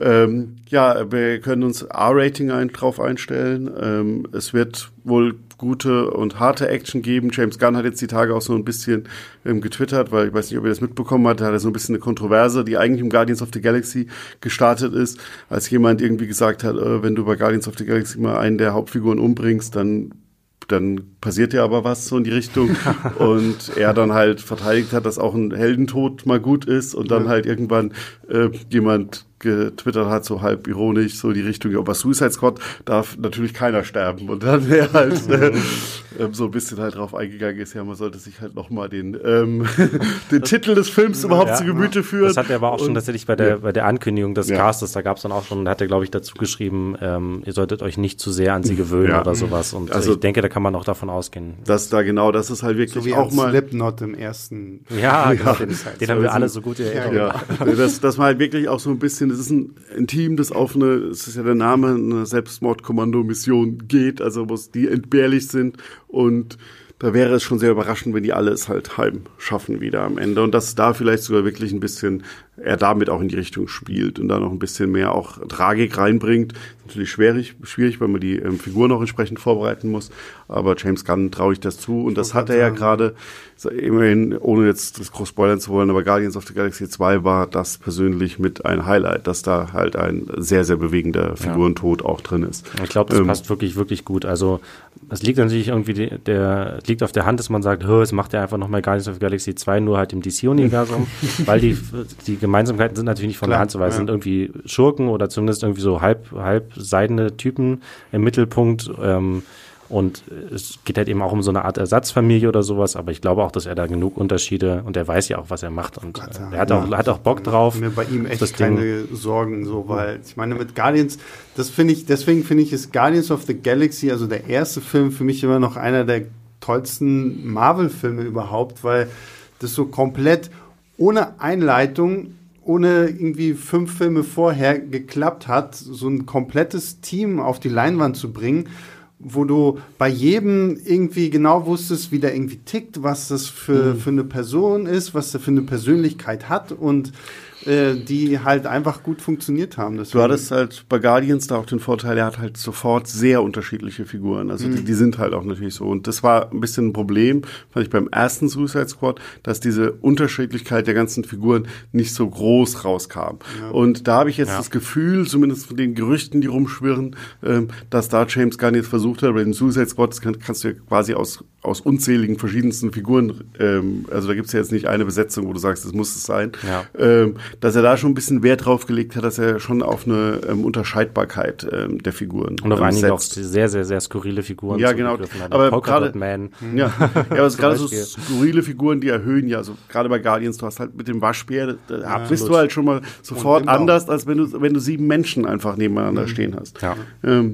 Ähm, ja, wir können uns R-Rating ein, drauf einstellen. Ähm, es wird wohl gute und harte Action geben. James Gunn hat jetzt die Tage auch so ein bisschen ähm, getwittert, weil ich weiß nicht, ob ihr das mitbekommen habt, da hat er so ein bisschen eine Kontroverse, die eigentlich im Guardians of the Galaxy gestartet ist, als jemand irgendwie gesagt hat, äh, wenn du bei Guardians of the Galaxy mal einen der Hauptfiguren umbringst, dann dann passiert ja aber was so in die Richtung und er dann halt verteidigt hat, dass auch ein Heldentod mal gut ist und dann ja. halt irgendwann äh, jemand getwittert hat, so halb ironisch, so die Richtung, aber Suicide Squad darf natürlich keiner sterben und dann wäre halt äh, so ein bisschen halt drauf eingegangen ist, ja, man sollte sich halt nochmal den ähm, den Titel des Films überhaupt ja, zu Gemüte führen. Das hat er aber auch und, schon tatsächlich bei der ja. bei der Ankündigung des ja. Castes, da gab es dann auch schon, da hat er glaube ich dazu geschrieben, ähm, ihr solltet euch nicht zu sehr an sie gewöhnen ja. oder sowas und also, ich denke, da kann man auch davon ausgehen. Dass da genau, das ist halt wirklich so wie auch mal Slipknot im ersten. Ja, genau, den, den haben wir alle so gut erinnert. Ja, ja. dass, dass man halt wirklich auch so ein bisschen, das ist ein, ein Team, das auf eine, es ist ja der Name, eine Selbstmordkommando-Mission geht, also wo die entbehrlich sind und da wäre es schon sehr überraschend, wenn die alle es halt heim schaffen wieder am Ende. Und dass da vielleicht sogar wirklich ein bisschen, er damit auch in die Richtung spielt und da noch ein bisschen mehr auch Tragik reinbringt. Natürlich schwierig, schwierig, weil man die ähm, Figur noch entsprechend vorbereiten muss. Aber James Gunn traue ich das zu. Und das hat er ja gerade, immerhin, ohne jetzt das groß spoilern zu wollen, aber Guardians of the Galaxy zwei war das persönlich mit ein Highlight, dass da halt ein sehr, sehr bewegender Figurentod ja. auch drin ist. Ich glaube, das ähm, passt wirklich, wirklich gut. Also es liegt natürlich irgendwie, die, der liegt auf der Hand, dass man sagt, es macht ja einfach nochmal Guardians of the Galaxy zwei, nur halt im D C-Universum, weil die, die Gemeinsamkeiten sind natürlich nicht von Klar, der Hand zu weisen. Es ja. sind irgendwie Schurken oder zumindest irgendwie so halb, halb seidene Typen im Mittelpunkt. Ähm, und es geht halt eben auch um so eine Art Ersatzfamilie oder sowas, aber ich glaube auch, dass er da genug Unterschiede, und er weiß ja auch, was er macht und Gott, äh, er hat, ja. auch, hat auch Bock drauf. Ich mir bei ihm echt keine Ding. Sorgen, so, weil ich meine, mit Guardians, das finde ich, deswegen finde ich, ist Guardians of the Galaxy, also der erste Film, für mich immer noch einer der tollsten Marvel-Filme überhaupt, weil das so komplett ohne Einleitung, ohne irgendwie fünf Filme vorher geklappt hat, so ein komplettes Team auf die Leinwand zu bringen, wo du bei jedem irgendwie genau wusstest, wie der irgendwie tickt, was das für, mhm. für eine Person ist, was der für eine Persönlichkeit hat und äh, die halt einfach gut funktioniert haben. Deswegen. Du hattest halt bei Guardians da auch den Vorteil, er hat halt sofort sehr unterschiedliche Figuren. Also mhm. die, die sind halt auch natürlich so. Und das war ein bisschen ein Problem, fand ich beim ersten Suicide Squad, dass diese Unterschiedlichkeit der ganzen Figuren nicht so groß rauskam. Ja. Und da habe ich jetzt ja. das Gefühl, zumindest von den Gerüchten, die rumschwirren, ähm, dass da James Gunn jetzt versucht hat, bei den Suicide Squad kann, kannst du ja quasi aus, aus unzähligen verschiedensten Figuren, ähm, also da gibt es ja jetzt nicht eine Besetzung, wo du sagst, das muss es sein, ja. ähm, dass er da schon ein bisschen Wert drauf gelegt hat, dass er schon auf eine ähm, Unterscheidbarkeit ähm, der Figuren und auf ähm, einige setzt. auch sehr, sehr, sehr skurrile Figuren. Ja, genau. Aber gerade ja, ja, aber gerade so skurrile Figuren, die erhöhen ja, also gerade bei Guardians, du hast halt mit dem Waschbär, da ja, bist du halt schon mal sofort anders, als wenn du wenn du sieben Menschen einfach nebeneinander mhm. stehen hast. Ja. Ähm,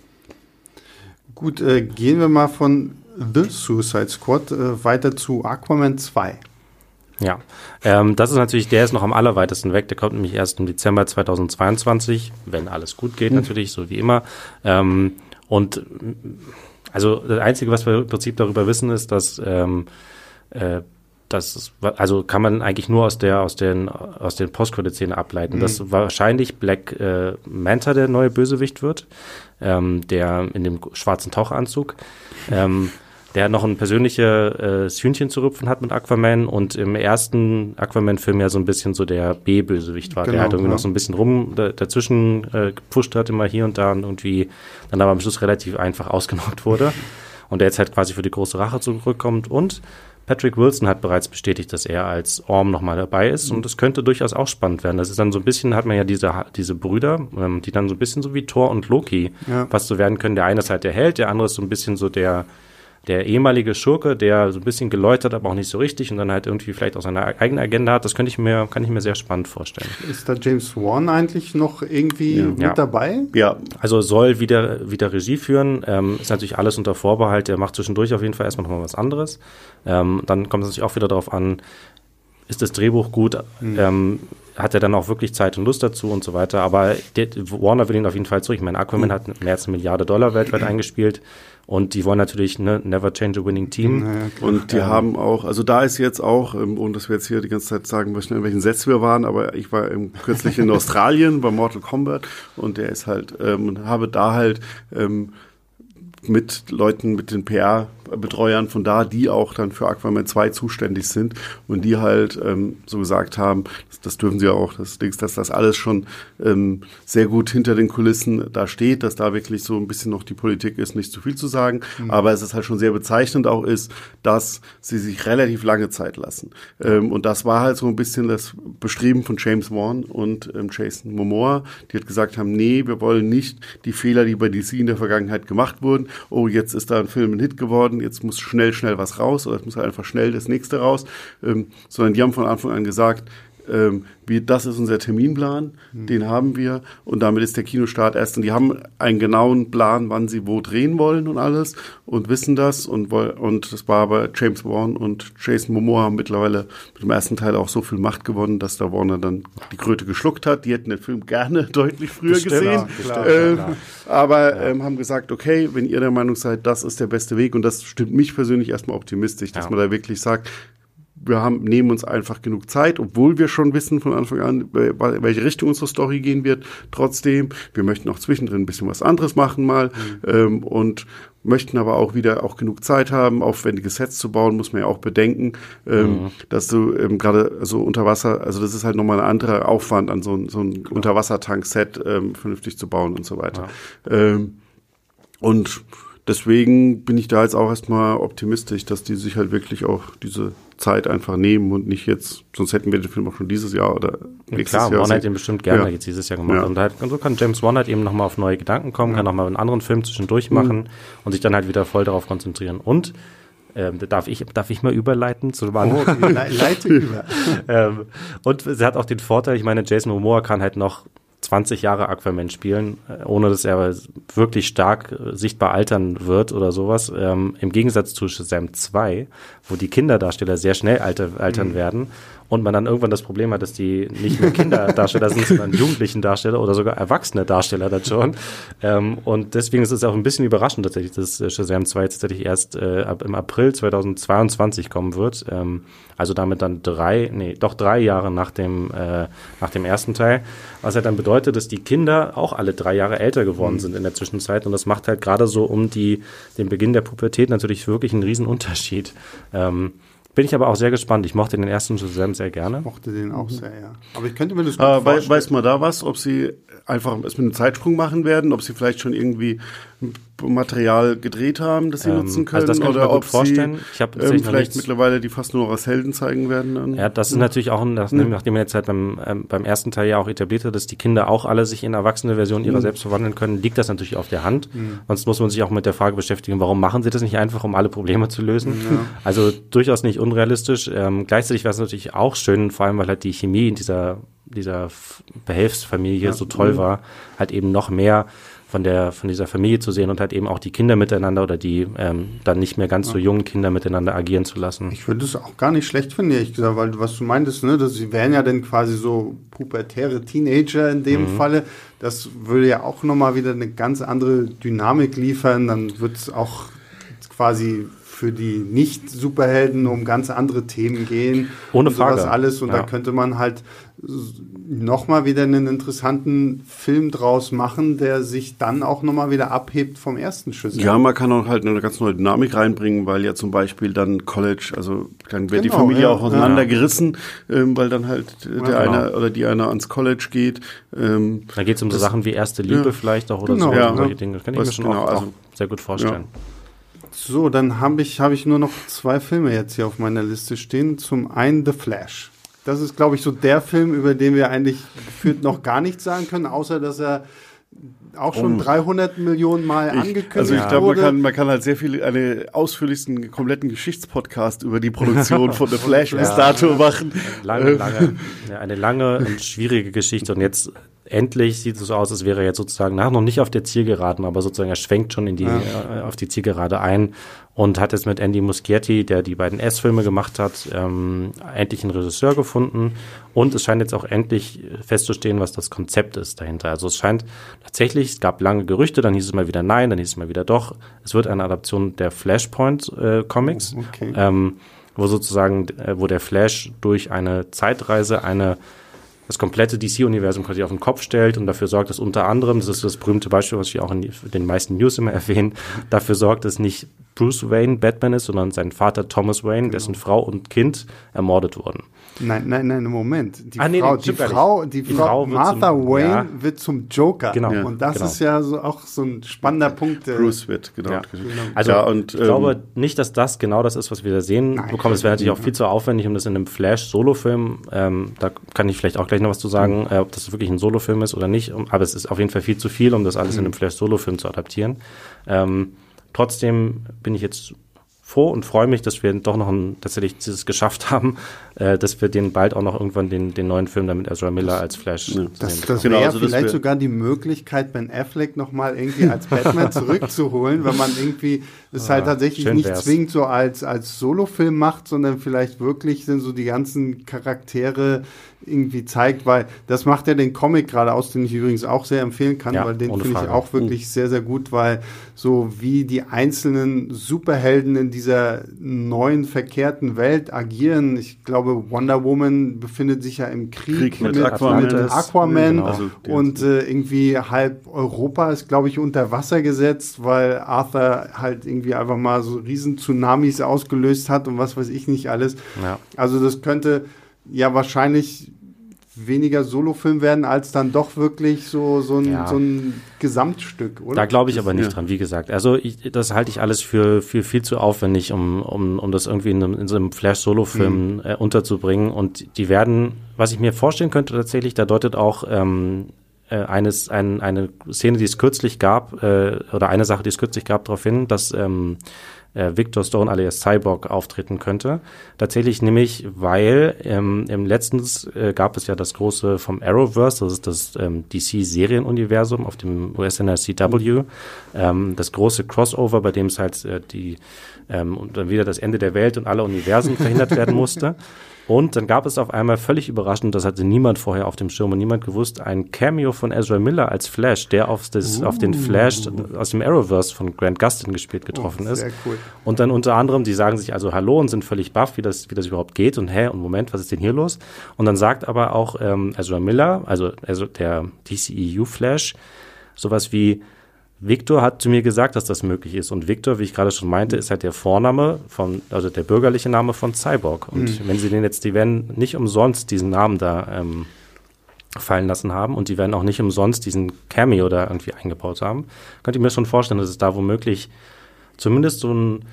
Gut, äh, gehen wir mal von The Suicide Squad äh, weiter zu Aquaman zwei. Ja, ähm, das ist natürlich, der ist noch am allerweitesten weg, der kommt nämlich erst im Dezember zweitausendzweiundzwanzig, wenn alles gut geht, mhm. natürlich, so wie immer. Ähm, und also das Einzige, was wir im Prinzip darüber wissen, ist, dass ähm, äh, das, also kann man eigentlich nur aus der aus den aus den Post-Credit-Szenen ableiten, mhm. dass wahrscheinlich Black äh, Manta der neue Bösewicht wird, ähm, der in dem schwarzen Taucheranzug. Ähm, der noch ein persönliches äh, Hühnchen zu rüpfen hat mit Aquaman und im ersten Aquaman-Film ja so ein bisschen so der B-Bösewicht war, genau, der halt irgendwie ja. noch so ein bisschen rum da, dazwischen äh, gepusht hat, immer hier und da und irgendwie dann aber am Schluss relativ einfach ausgenockt wurde und der jetzt halt quasi für die große Rache zurückkommt. Und Patrick Wilson hat bereits bestätigt, dass er als Orm nochmal dabei ist und das könnte durchaus auch spannend werden. Das ist dann so ein bisschen, hat man ja diese diese Brüder, ähm, die dann so ein bisschen so wie Thor und Loki ja. was so werden können. Der eine ist halt der Held, der andere ist so ein bisschen so der der ehemalige Schurke, der so ein bisschen geläutert, aber auch nicht so richtig und dann halt irgendwie vielleicht auch seine eigene Agenda hat. Das könnte ich mir, kann ich mir sehr spannend vorstellen. Ist da James Wan eigentlich noch irgendwie ja. mit ja. dabei? Ja. Also soll wieder, wieder Regie führen. Ähm, ist natürlich alles unter Vorbehalt. Der macht zwischendurch auf jeden Fall erstmal nochmal was anderes. Ähm, dann kommt es natürlich auch wieder darauf an, ist das Drehbuch gut? Mhm. Ähm, hat er dann auch wirklich Zeit und Lust dazu und so weiter. Aber der, Warner will ihn auf jeden Fall zurück. Ich meine, Aquaman mhm. hat mehr als eine Milliarde Dollar weltweit eingespielt. Und die wollen natürlich, ne, never change a winning team. Naja, und die ähm, haben auch, also da ist jetzt auch, ähm, ohne dass wir jetzt hier die ganze Zeit sagen möchten, in welchen Sätzen wir waren, aber ich war ähm, kürzlich in Australien bei Mortal Kombat und der ist halt, ähm, habe da halt ähm, mit Leuten, mit den P R-Betreuern von da, die auch dann für Aquaman zwei zuständig sind und die halt ähm, so gesagt haben, das, das dürfen sie ja auch, das Ding, dass das alles schon ähm, sehr gut hinter den Kulissen da steht, dass da wirklich so ein bisschen noch die Politik ist, nicht zu viel zu sagen, mhm. aber es ist halt schon sehr bezeichnend auch ist, dass sie sich relativ lange Zeit lassen. Ähm, und das war halt so ein bisschen das Bestreben von James Wan und ähm, Jason Momoa, die halt gesagt haben, nee, wir wollen nicht die Fehler, die bei D C in der Vergangenheit gemacht wurden, oh, jetzt ist da ein Film ein Hit geworden, jetzt muss schnell, schnell was raus oder es muss halt einfach schnell das nächste raus, ähm, sondern die haben von Anfang an gesagt, ähm, wie, das ist unser Terminplan, mhm. den haben wir und damit ist der Kinostart erst und die haben einen genauen Plan, wann sie wo drehen wollen und alles und wissen das und und das war aber James Wan und Jason Momoa haben mittlerweile mit dem ersten Teil auch so viel Macht gewonnen, dass der Warner dann die Kröte geschluckt hat. Die hätten den Film gerne deutlich früher Bestimmt, gesehen, klar, ähm, klar. aber ja. ähm, haben gesagt, okay, wenn ihr der Meinung seid, das ist der beste Weg und das stimmt mich persönlich erstmal optimistisch, dass ja. man da wirklich sagt, wir haben, nehmen uns einfach genug Zeit, obwohl wir schon wissen von Anfang an, in welche Richtung unsere Story gehen wird. Trotzdem, wir möchten auch zwischendrin ein bisschen was anderes machen mal mhm. ähm, und möchten aber auch wieder auch genug Zeit haben, aufwendige Sets zu bauen, muss man ja auch bedenken, ähm, mhm. dass du ähm, gerade so unter Wasser, also das ist halt nochmal ein anderer Aufwand, an so ein, so ein genau. Unterwassertank-Set ähm, vernünftig zu bauen und so weiter. Ja. Ähm, und deswegen bin ich da jetzt auch erstmal optimistisch, dass die sich halt wirklich auch diese Zeit einfach nehmen und nicht jetzt, sonst hätten wir den Film auch schon dieses Jahr oder nächstes Klar, Jahr. Klar, Wan hat ihn bestimmt gerne ja. jetzt dieses Jahr gemacht. Ja. Und, halt, und so kann James Wan halt eben nochmal auf neue Gedanken kommen, ja. kann nochmal einen anderen Film zwischendurch machen mhm. und sich dann halt wieder voll darauf konzentrieren. Und Ähm, darf ich darf ich mal überleiten zu Wan? Oh, le- leite über. ähm, und sie hat auch den Vorteil, ich meine, Jason Momoa kann halt noch zwanzig Jahre Aquaman spielen, ohne dass er wirklich stark sichtbar altern wird oder sowas. Ähm, im Gegensatz zu Shazam zwei, wo die Kinderdarsteller sehr schnell alter, altern mhm. werden und man dann irgendwann das Problem hat, dass die nicht mehr Kinderdarsteller sind, sondern jugendlichen Darsteller oder sogar erwachsene Darsteller dann schon. Ähm, und deswegen ist es auch ein bisschen überraschend tatsächlich, dass Shazam zwei tatsächlich erst äh, ab im April zweitausendzweiundzwanzig kommen wird. Ähm, also damit dann drei, nee, doch drei Jahre nach dem, äh, nach dem ersten Teil. Was halt dann bedeutet, dass die Kinder auch alle drei Jahre älter geworden mhm. sind in der Zwischenzeit. Und das macht halt gerade so um die, den Beginn der Pubertät natürlich wirklich einen riesen Unterschied. Ähm, Bin ich aber auch sehr gespannt. Ich mochte den ersten Shazam sehr gerne. Ich mochte den auch sehr, ja. Aber ich könnte mir das gut äh, vorstellen. Weiß man da was, ob sie einfach es mit einem Zeitsprung machen werden, ob sie vielleicht schon irgendwie Material gedreht haben, das sie ähm, nutzen können, also das kann oder ich mir gut ob vorstellen. sie ich hab ähm, vielleicht mittlerweile die fast nur noch als Helden zeigen werden. Dann. Ja, das ist natürlich auch, ein, das, mhm. nachdem man jetzt halt beim, ähm, beim ersten Teil ja auch etabliert hat, dass die Kinder auch alle sich in erwachsene Versionen ihrer mhm. selbst verwandeln können, liegt das natürlich auf der Hand. Mhm. Sonst muss man sich auch mit der Frage beschäftigen, warum machen sie das nicht einfach, um alle Probleme zu lösen? Ja. Also durchaus nicht unrealistisch. Ähm, gleichzeitig wäre es natürlich auch schön, vor allem weil halt die Chemie in dieser, dieser Behelfsfamilie ja. so toll mhm. war, halt eben noch mehr von der von dieser Familie zu sehen und halt eben auch die Kinder miteinander oder die ähm, dann nicht mehr ganz ja. so jungen Kinder miteinander agieren zu lassen. Ich würde es auch gar nicht schlecht finden, ehrlich gesagt, weil was du meintest, ne, dass sie wären ja dann quasi so pubertäre Teenager in dem mhm. Falle. Das würde ja auch nochmal wieder eine ganz andere Dynamik liefern. Dann wird es auch quasi für die Nicht-Superhelden um ganz andere Themen gehen. Ohne und Frage. Sowas alles. Und ja. da könnte man halt nochmal wieder einen interessanten Film draus machen, der sich dann auch nochmal wieder abhebt vom ersten Schuss. Ja, man kann auch halt eine ganz neue Dynamik reinbringen, weil ja zum Beispiel dann College, also dann wird genau, die Familie ja, auch auseinandergerissen, ja. ähm, weil dann halt der ja, genau. eine oder die eine ans College geht. Ähm, da geht es um so Sachen wie erste Liebe ja. vielleicht auch oder genau, so. Ja. Solche Dinge. Das kann ich mir schon genau, auch, also, auch sehr gut vorstellen. Ja. So, dann habe ich, hab ich nur noch zwei Filme jetzt hier auf meiner Liste stehen. Zum einen The Flash. Das ist, glaube ich, so der Film, über den wir eigentlich gefühlt noch gar nichts sagen können, außer dass er auch schon oh. dreihundert Millionen Mal ich, angekündigt also ich glaube, wurde. man kann, man kann halt sehr viel, eine ausführlichsten, kompletten Geschichtspodcast über die Produktion von The Flash bis dato machen. Lange, lange, ja, eine lange und schwierige Geschichte und jetzt endlich sieht es so aus, als wäre er jetzt sozusagen nach, noch nicht auf der Zielgeraden, aber sozusagen er schwenkt schon in die, ja. äh, auf die Zielgerade ein und hat jetzt mit Andy Muschietti, der die beiden S-Filme gemacht hat, ähm, endlich einen Regisseur gefunden und es scheint jetzt auch endlich festzustehen, was das Konzept ist dahinter. Also es scheint tatsächlich, es gab lange Gerüchte, dann hieß es mal wieder nein, dann hieß es mal wieder doch. Es wird eine Adaption der Flashpoint-Comics, äh, okay. ähm, wo sozusagen, äh, wo der Flash durch eine Zeitreise eine das komplette D C-Universum quasi auf den Kopf stellt und dafür sorgt, dass unter anderem, das ist das berühmte Beispiel, was wir auch in den meisten News immer erwähnen, dafür sorgt, dass nicht Bruce Wayne Batman ist, sondern sein Vater Thomas Wayne, genau. dessen Frau und Kind ermordet wurden. Nein, nein, nein, Moment. Die ah, nee, Frau, nee, die Frau, die die Frau, Frau Martha zum, Wayne ja. wird zum Joker. Genau. Ja. Und das genau. ist ja so auch so ein spannender Punkt. Bruce wird, genau. Ja. Also ja, und, ich ähm, glaube nicht, dass das genau das ist, was wir da sehen nein, bekommen. Es wäre natürlich auch viel zu aufwendig, um das in einem Flash-Solo-Film, ähm, da kann ich vielleicht auch gleich noch was zu sagen, äh, ob das wirklich ein Solo-Film ist oder nicht. Um, aber es ist auf jeden Fall viel zu viel, um das alles mhm. in einem Flash-Solo-Film zu adaptieren. Ähm, trotzdem bin ich jetzt froh und freue mich, dass wir doch noch ein, tatsächlich dieses geschafft haben, äh, dass wir den bald auch noch irgendwann den, den neuen Film da mit Ezra Miller als Flash ja, das, sehen. das genau, wäre also vielleicht das sogar die Möglichkeit, Ben Affleck nochmal irgendwie als Batman zurückzuholen, wenn man irgendwie es halt tatsächlich nicht wär's. zwingend so als, als Solo-Film macht, sondern vielleicht wirklich sind so die ganzen Charaktere irgendwie zeigt, weil das macht ja den Comic gerade aus, den ich übrigens auch sehr empfehlen kann, ja, weil den finde ich Frage. auch wirklich mhm. sehr, sehr gut, weil so wie die einzelnen Superhelden in dieser neuen verkehrten Welt agieren, ich glaube Wonder Woman befindet sich ja im Krieg, Krieg mit, mit Aquaman, mit Aquaman genau. also, und äh, irgendwie halb Europa ist, glaube ich, unter Wasser gesetzt, weil Arthur halt irgendwie einfach mal so riesen Tsunamis ausgelöst hat und was weiß ich nicht alles. Ja. Also das könnte ja wahrscheinlich weniger Solofilm werden, als dann doch wirklich so, so, ein, ja. so ein Gesamtstück, oder? Da glaube ich aber nicht ja. dran, wie gesagt. Also ich, das halte ich alles für, für viel zu aufwendig, um, um, um das irgendwie in, einem, in so einem Flash-Solo-Film mhm. äh, unterzubringen. Und die werden, was ich mir vorstellen könnte tatsächlich, da deutet auch ähm, äh, eines, ein, eine Szene, die es kürzlich gab, äh, oder eine Sache, die es kürzlich gab, darauf hin, dass ähm, äh, Victor Stone alias Cyborg auftreten könnte. Tatsächlich nämlich, weil ähm, im letztens äh, gab es ja das große vom Arrowverse, das ist das ähm, D C-Serienuniversum auf dem U S-Sender C W, ähm, das große Crossover, bei dem es halt äh, die ähm, und dann wieder das Ende der Welt und aller Universen verhindert werden musste. Und dann gab es auf einmal völlig überraschend, das hatte niemand vorher auf dem Schirm und niemand gewusst, ein Cameo von Ezra Miller als Flash, der auf, das, uh. auf den Flash aus dem Arrowverse von Grant Gustin gespielt getroffen oh, ist. Sehr cool. Und dann unter anderem, die sagen sich also Hallo und sind völlig baff, wie das, wie das überhaupt geht und hä, und Moment, was ist denn hier los? Und dann sagt aber auch ähm, Ezra Miller, also, also der D C E U-Flash, sowas wie Victor hat zu mir gesagt, dass das möglich ist. Und Victor, wie ich gerade schon meinte, ist halt der Vorname von, also der bürgerliche Name von Cyborg. Und mhm. wenn sie den jetzt, die werden nicht umsonst diesen Namen da ähm, fallen lassen haben und die werden auch nicht umsonst diesen Cameo da irgendwie eingebaut haben, könnt ihr mir schon vorstellen, dass es da womöglich zumindest so ein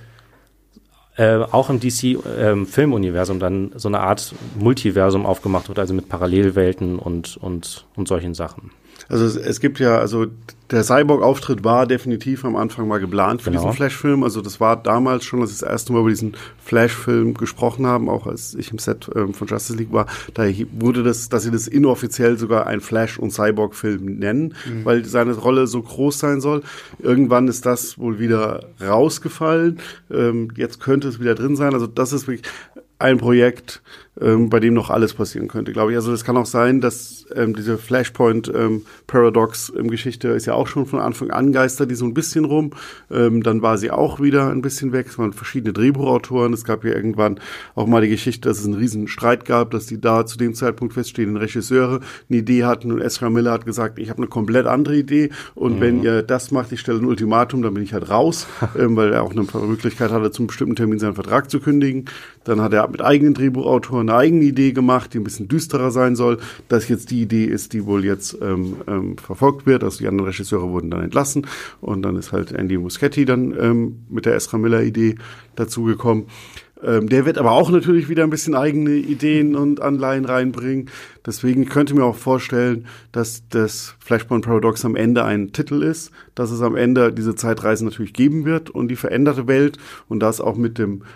äh, auch im D C-Filmuniversum ähm, dann so eine Art Multiversum aufgemacht wird, also mit Parallelwelten und, und, und solchen Sachen. Also es, es gibt ja, also der Cyborg-Auftritt war definitiv am Anfang mal geplant für genau. diesen Flash-Film. Also das war damals schon, als wir das erste Mal über diesen Flash-Film gesprochen haben, auch als ich im Set ähm, von Justice League war, da wurde das, dass sie das inoffiziell sogar ein Flash- und Cyborg-Film nennen, mhm. weil seine Rolle so groß sein soll. Irgendwann ist das wohl wieder rausgefallen. Ähm, jetzt könnte es wieder drin sein. Also das ist wirklich ein Projekt, ähm, bei dem noch alles passieren könnte, glaube ich. Also es kann auch sein, dass ähm, diese Flashpoint-Paradox ähm, Geschichte ist ja auch schon von Anfang an geistert die so ein bisschen rum. Ähm, dann war sie auch wieder ein bisschen weg. Es waren verschiedene Drehbuchautoren. Es gab ja irgendwann auch mal die Geschichte, dass es einen riesen Streit gab, dass die da zu dem Zeitpunkt feststehenden Regisseure eine Idee hatten und Ezra Miller hat gesagt, ich habe eine komplett andere Idee und mhm. wenn ihr das macht, ich stelle ein Ultimatum, dann bin ich halt raus, ähm, weil er auch eine Möglichkeit hatte, zum bestimmten Termin seinen Vertrag zu kündigen. Dann hat er mit eigenen Drehbuchautoren eine eigene Idee gemacht, die ein bisschen düsterer sein soll, dass jetzt die Idee ist, die wohl jetzt ähm, ähm, verfolgt wird. Also die anderen Regisseure wurden dann entlassen und dann ist halt Andy Muschietti dann ähm, mit der Ezra Miller-Idee dazugekommen. Ähm, der wird aber auch natürlich wieder ein bisschen eigene Ideen und Anleihen reinbringen. Deswegen könnte ich mir auch vorstellen, dass das Flashpoint Paradox am Ende ein Titel ist, dass es am Ende diese Zeitreisen natürlich geben wird und die veränderte Welt und das auch mit dem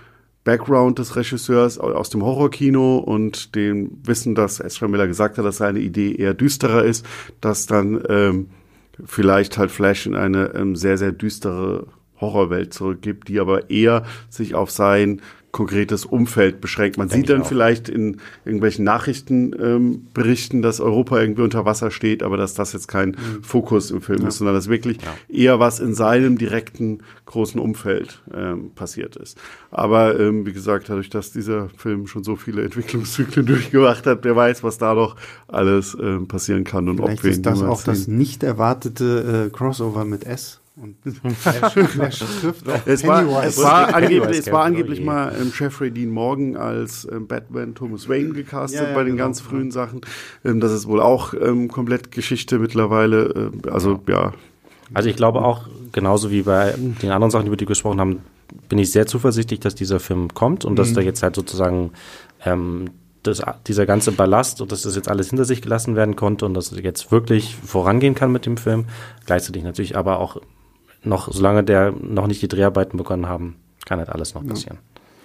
Background des Regisseurs aus dem Horrorkino und dem Wissen, dass Ezra Miller gesagt hat, dass seine Idee eher düsterer ist, dass dann ähm, vielleicht halt Flash in eine ähm, sehr, sehr düstere Horrorwelt zurückgibt, die aber eher sich auf sein konkretes Umfeld beschränkt. Man Denk sieht dann auch. vielleicht in irgendwelchen Nachrichtenberichten, ähm, dass Europa irgendwie unter Wasser steht, aber dass das jetzt kein mhm. Fokus im Film ja. ist, sondern dass wirklich ja. eher was in seinem direkten großen Umfeld ähm, passiert ist. Aber ähm, wie gesagt, dadurch, dass dieser Film schon so viele Entwicklungszyklen durchgemacht hat, wer weiß, was da noch alles ähm, passieren kann und Vielleicht ob wir ist das auch sehen. das nicht erwartete äh, Crossover mit S. Und Flash, Flash trifft auch es war, es war angeblich, es war angeblich oh mal ähm, Jeffrey Dean Morgan als ähm, Batman Thomas Wayne gecastet ja, ja, bei den genau, ganz frühen ja. Sachen. Ähm, das ist wohl auch ähm, komplett Geschichte mittlerweile. Äh, also ja. Also ich glaube auch, genauso wie bei den anderen Sachen, über die wir gesprochen haben, bin ich sehr zuversichtlich, dass dieser Film kommt und mhm. dass da jetzt halt sozusagen ähm, das, dieser ganze Ballast und dass das jetzt alles hinter sich gelassen werden konnte und dass es jetzt wirklich vorangehen kann mit dem Film. Gleichzeitig natürlich aber auch noch, solange der noch nicht die Dreharbeiten begonnen haben, kann halt alles noch passieren.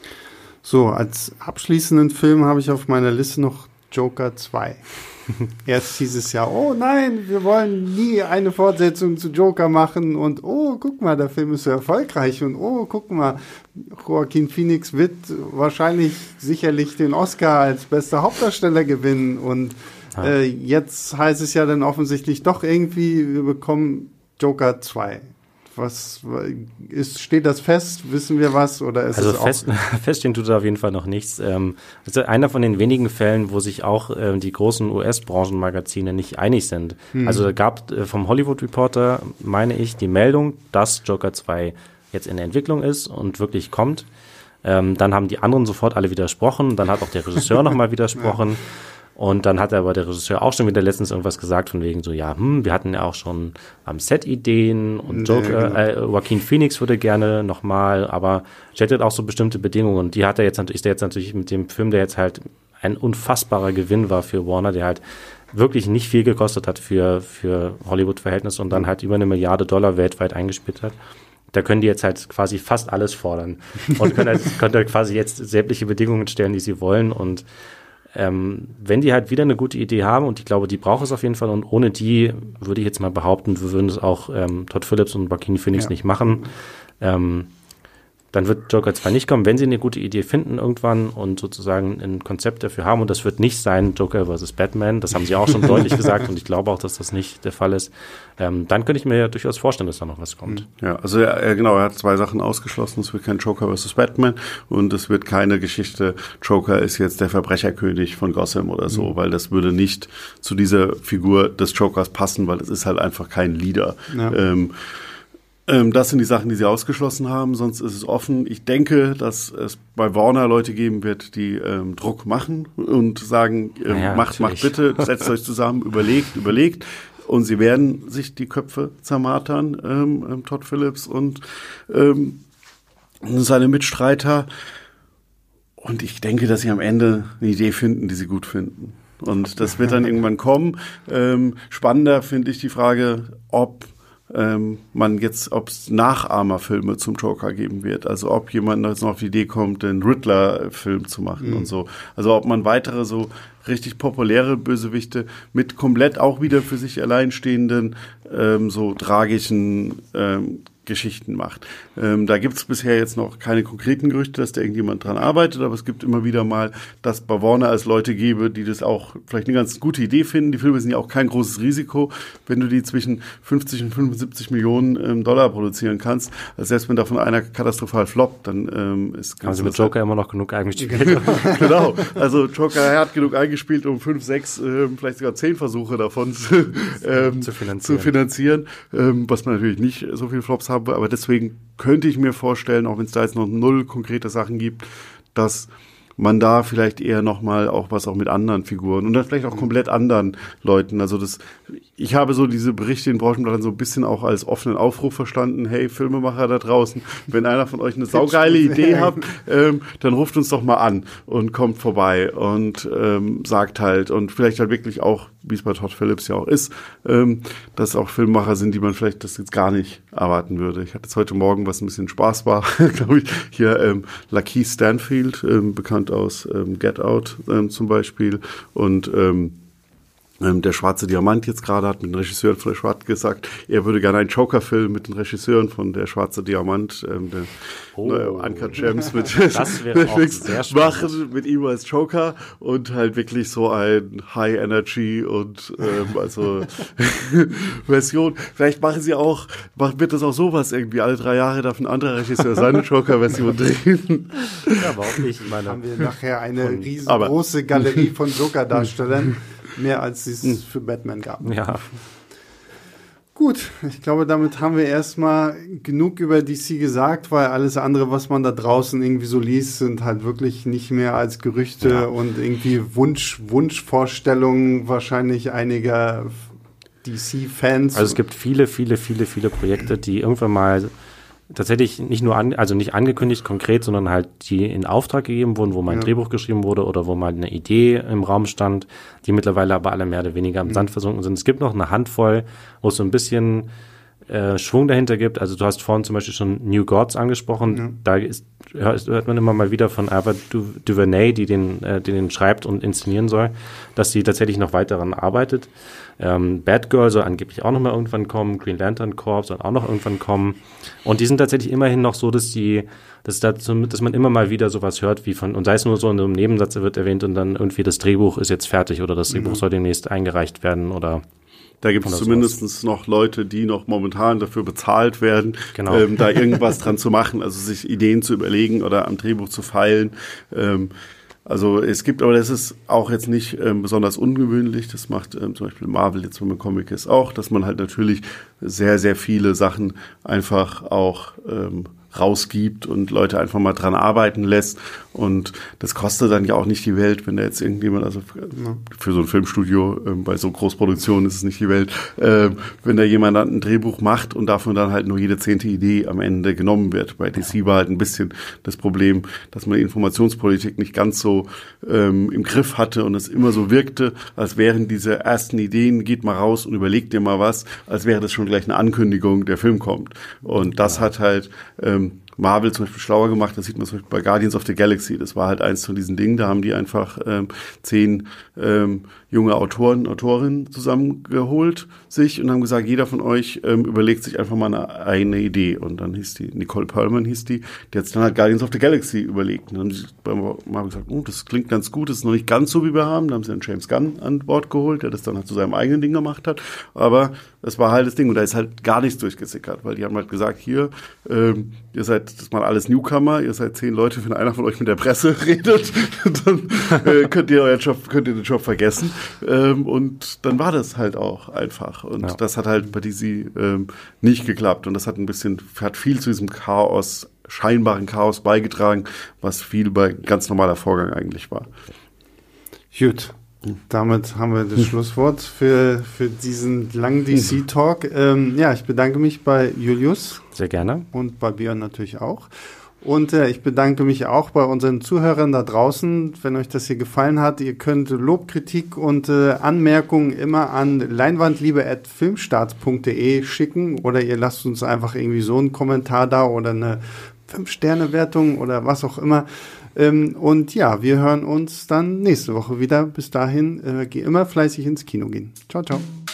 So, als abschließenden Film habe ich auf meiner Liste noch Joker zwei. Erst hieß es ja, oh nein, wir wollen nie eine Fortsetzung zu Joker machen und oh, guck mal, der Film ist so erfolgreich und oh, guck mal, Joaquin Phoenix wird wahrscheinlich sicherlich den Oscar als bester Hauptdarsteller gewinnen und ja. äh, jetzt heißt es ja dann offensichtlich doch irgendwie, wir bekommen Joker zwei. Was ist, steht das fest? Wissen wir was? Oder ist also es fest, auch feststehen tut da auf jeden Fall noch nichts. Ähm, das ist einer von den wenigen Fällen, wo sich auch ähm, die großen U S-Branchenmagazine nicht einig sind. Hm. Also da gab äh, vom Hollywood Reporter, meine ich, die Meldung, dass Joker zwei jetzt in der Entwicklung ist und wirklich kommt. Ähm, dann haben die anderen sofort alle widersprochen. Dann hat auch der Regisseur nochmal widersprochen. Ja. Und dann hat aber der Regisseur auch schon wieder letztens irgendwas gesagt von wegen so, ja, hm, wir hatten ja auch schon am Set Ideen und Joker, äh, Joaquin Phoenix würde gerne nochmal, aber stellt auch so bestimmte Bedingungen und die hat er jetzt natürlich, ist der jetzt natürlich mit dem Film, der jetzt halt ein unfassbarer Gewinn war für Warner, der halt wirklich nicht viel gekostet hat für, für Hollywood-Verhältnisse und dann halt über eine Milliarde Dollar weltweit eingespielt hat. Da können die jetzt halt quasi fast alles fordern und können halt, können halt quasi jetzt sämtliche Bedingungen stellen, die sie wollen und Ähm, wenn die halt wieder eine gute Idee haben und ich glaube, die braucht es auf jeden Fall und ohne die würde ich jetzt mal behaupten, wir würden es auch ähm, Todd Phillips und Joaquin Phoenix ja. nicht machen. Ähm, dann wird Joker zwei nicht kommen, wenn sie eine gute Idee finden irgendwann und sozusagen ein Konzept dafür haben und das wird nicht sein Joker versus Batman, das haben sie auch schon deutlich gesagt und ich glaube auch, dass das nicht der Fall ist. Ähm, dann könnte ich mir ja durchaus vorstellen, dass da noch was kommt. Ja, also er, genau, er hat zwei Sachen ausgeschlossen, es wird kein Joker versus Batman und es wird keine Geschichte, Joker ist jetzt der Verbrecherkönig von Gotham oder so, mhm. weil das würde nicht zu dieser Figur des Jokers passen, weil es ist halt einfach kein Leader. Ja. Ähm, Das sind die Sachen, die sie ausgeschlossen haben, sonst ist es offen. Ich denke, dass es bei Warner Leute geben wird, die ähm, Druck machen und sagen, ähm, ja, macht, macht bitte, setzt euch zusammen, überlegt, überlegt. Und sie werden sich die Köpfe zermartern, ähm, Todd Phillips und ähm, seine Mitstreiter. Und ich denke, dass sie am Ende eine Idee finden, die sie gut finden. Und das wird dann irgendwann kommen. Ähm, spannender finde ich die Frage, ob Ähm, man jetzt, ob es Nachahmerfilme zum Joker geben wird. Also ob jemand jetzt noch auf die Idee kommt, den Riddler-Film zu machen mhm. und so. Also ob man weitere so richtig populäre Bösewichte mit komplett auch wieder für sich alleinstehenden, ähm, so tragischen ähm, Geschichten macht. Ähm, da gibt es bisher jetzt noch keine konkreten Gerüchte, dass da irgendjemand dran arbeitet, aber es gibt immer wieder mal, dass bei Warner es Leute gäbe, die das auch vielleicht eine ganz gute Idee finden. Die Filme sind ja auch kein großes Risiko, wenn du die zwischen fünfzig und fünfundsiebzig Millionen ähm, Dollar produzieren kannst. Also selbst wenn davon einer katastrophal floppt, dann ähm, ist... Haben sie mit Joker immer noch genug eingespielt. Genau, also Joker hat genug eingespielt, um fünf, sechs, ähm, vielleicht sogar zehn Versuche davon zu, ähm, zu finanzieren, zu finanzieren ähm, was man natürlich nicht so viele Flops haben. Aber deswegen könnte ich mir vorstellen, auch wenn es da jetzt noch null konkrete Sachen gibt, dass man da vielleicht eher nochmal auch was auch mit anderen Figuren und dann vielleicht auch komplett anderen Leuten, also das, ich habe so diese Berichte in Branchenblättern so ein bisschen auch als offenen Aufruf verstanden. Hey, Filmemacher da draußen, wenn einer von euch eine saugeile Idee habt, ähm, dann ruft uns doch mal an und kommt vorbei und ähm, sagt halt und vielleicht halt wirklich auch, wie es bei Todd Phillips ja auch ist, ähm, dass auch Filmemacher sind, die man vielleicht das jetzt gar nicht erwarten würde. Ich hatte jetzt heute Morgen, was ein bisschen Spaß war, glaube ich, hier ähm, Lakeith Stanfield, ähm, bekannt aus ähm, Get Out ähm, zum Beispiel und ähm, Ähm, der Schwarze Diamant jetzt gerade hat mit den Regisseuren von der Schwarze gesagt, er würde gerne einen Joker-Film mit den Regisseuren von der Schwarze Diamant, ähm, der oh. äh, Uncut Gems mit das wäre auch sehr machen, mit ihm als Joker und halt wirklich so ein High Energy und ähm, also Version. Vielleicht machen sie auch, wird das auch sowas irgendwie, alle drei Jahre darf ein anderer Regisseur seine Joker-Version drehen. Ja, warum nicht? Ich meine, haben wir nachher eine riesengroße Galerie von Joker-Darstellern. Mehr als es für Batman gab. Ja. Gut, ich glaube, damit haben wir erstmal genug über D C gesagt, weil alles andere, was man da draußen irgendwie so liest, sind halt wirklich nicht mehr als Gerüchte ja. und irgendwie Wunsch, Wunschvorstellungen wahrscheinlich einiger D C-Fans. Also es gibt viele, viele, viele, viele Projekte, die irgendwann mal tatsächlich nicht nur an, also nicht angekündigt konkret, sondern halt die in Auftrag gegeben wurden, wo mal ein ja. Drehbuch geschrieben wurde oder wo mal eine Idee im Raum stand, die mittlerweile aber alle mehr oder weniger im mhm. Sand versunken sind. Es gibt noch eine Handvoll, wo es so ein bisschen äh, Schwung dahinter gibt. Also du hast vorhin zum Beispiel schon New Gods angesprochen. Ja. Da ist, hört man immer mal wieder von Ava du- DuVernay, die den, äh, die den schreibt und inszenieren soll, dass sie tatsächlich noch weiter daran arbeitet. Ähm, Batgirl soll angeblich auch noch mal irgendwann kommen, Green Lantern Corps soll auch noch irgendwann kommen. Und die sind tatsächlich immerhin noch so, dass die, dass, dazu, dass man immer mal wieder sowas hört, wie von, und sei es nur so in einem Nebensatz wird erwähnt und dann irgendwie das Drehbuch ist jetzt fertig oder das Drehbuch mhm. soll demnächst eingereicht werden oder da gibt es zumindest sowas. Noch Leute, die noch momentan dafür bezahlt werden, genau. ähm, da irgendwas dran zu machen, also sich Ideen zu überlegen oder am Drehbuch zu feilen. Ähm, Also es gibt, aber das ist auch jetzt nicht ähm, besonders ungewöhnlich. Das macht ähm, zum Beispiel Marvel jetzt, wenn man Comic ist, auch, dass man halt natürlich sehr, sehr viele Sachen einfach auch ähm, rausgibt und Leute einfach mal dran arbeiten lässt. Und das kostet dann ja auch nicht die Welt, wenn da jetzt irgendjemand, also für so ein Filmstudio, ähm, bei so Großproduktionen ist es nicht die Welt, äh, wenn da jemand dann ein Drehbuch macht und davon dann halt nur jede zehnte Idee am Ende genommen wird. Bei D C war halt ein bisschen das Problem, dass man die Informationspolitik nicht ganz so ähm, im Griff hatte und es immer so wirkte, als wären diese ersten Ideen, geht mal raus und überlegt dir mal was, als wäre das schon gleich eine Ankündigung, der Film kommt. Und das ja. hat halt ähm, Marvel zum Beispiel schlauer gemacht, das sieht man zum Beispiel bei Guardians of the Galaxy, das war halt eins von diesen Dingen, da haben die einfach ähm, zehn ähm, junge Autoren, Autorinnen zusammengeholt sich und haben gesagt, jeder von euch ähm, überlegt sich einfach mal eine, eine Idee und dann hieß die, Nicole Perlman hieß die, die hat sich dann halt Guardians of the Galaxy überlegt und dann haben sie bei Marvel gesagt, oh, das klingt ganz gut, das ist noch nicht ganz so, wie wir haben, dann haben sie dann James Gunn an Bord geholt, der das dann halt zu seinem eigenen Ding gemacht hat, aber das war halt das Ding und da ist halt gar nichts durchgesickert, weil die haben halt gesagt, hier, ähm, ihr seid das mal alles Newcomer, ihr seid zehn Leute, wenn einer von euch mit der Presse redet, dann äh, könnt ihr euren Job, könnt ihr den Job vergessen. Ähm, und dann war das halt auch einfach. Und ja. das hat halt bei D C ähm, nicht geklappt. Und das hat ein bisschen, hat viel zu diesem Chaos, scheinbaren Chaos beigetragen, was viel bei ganz normaler Vorgang eigentlich war. Gut. Damit haben wir das Schlusswort für, für diesen langen D C-Talk. Ähm, ja, ich bedanke mich bei Julius. Sehr gerne. Und bei Björn natürlich auch. Und äh, ich bedanke mich auch bei unseren Zuhörern da draußen. Wenn euch das hier gefallen hat, ihr könnt Lob, Kritik und äh, Anmerkungen immer an leinwandliebe at filmstarts punkt de schicken oder ihr lasst uns einfach irgendwie so einen Kommentar da oder eine fünf Sterne Wertung oder was auch immer. Ähm, und ja, wir hören uns dann nächste Woche wieder. Bis dahin, äh, geh immer fleißig ins Kino gehen. Ciao, ciao.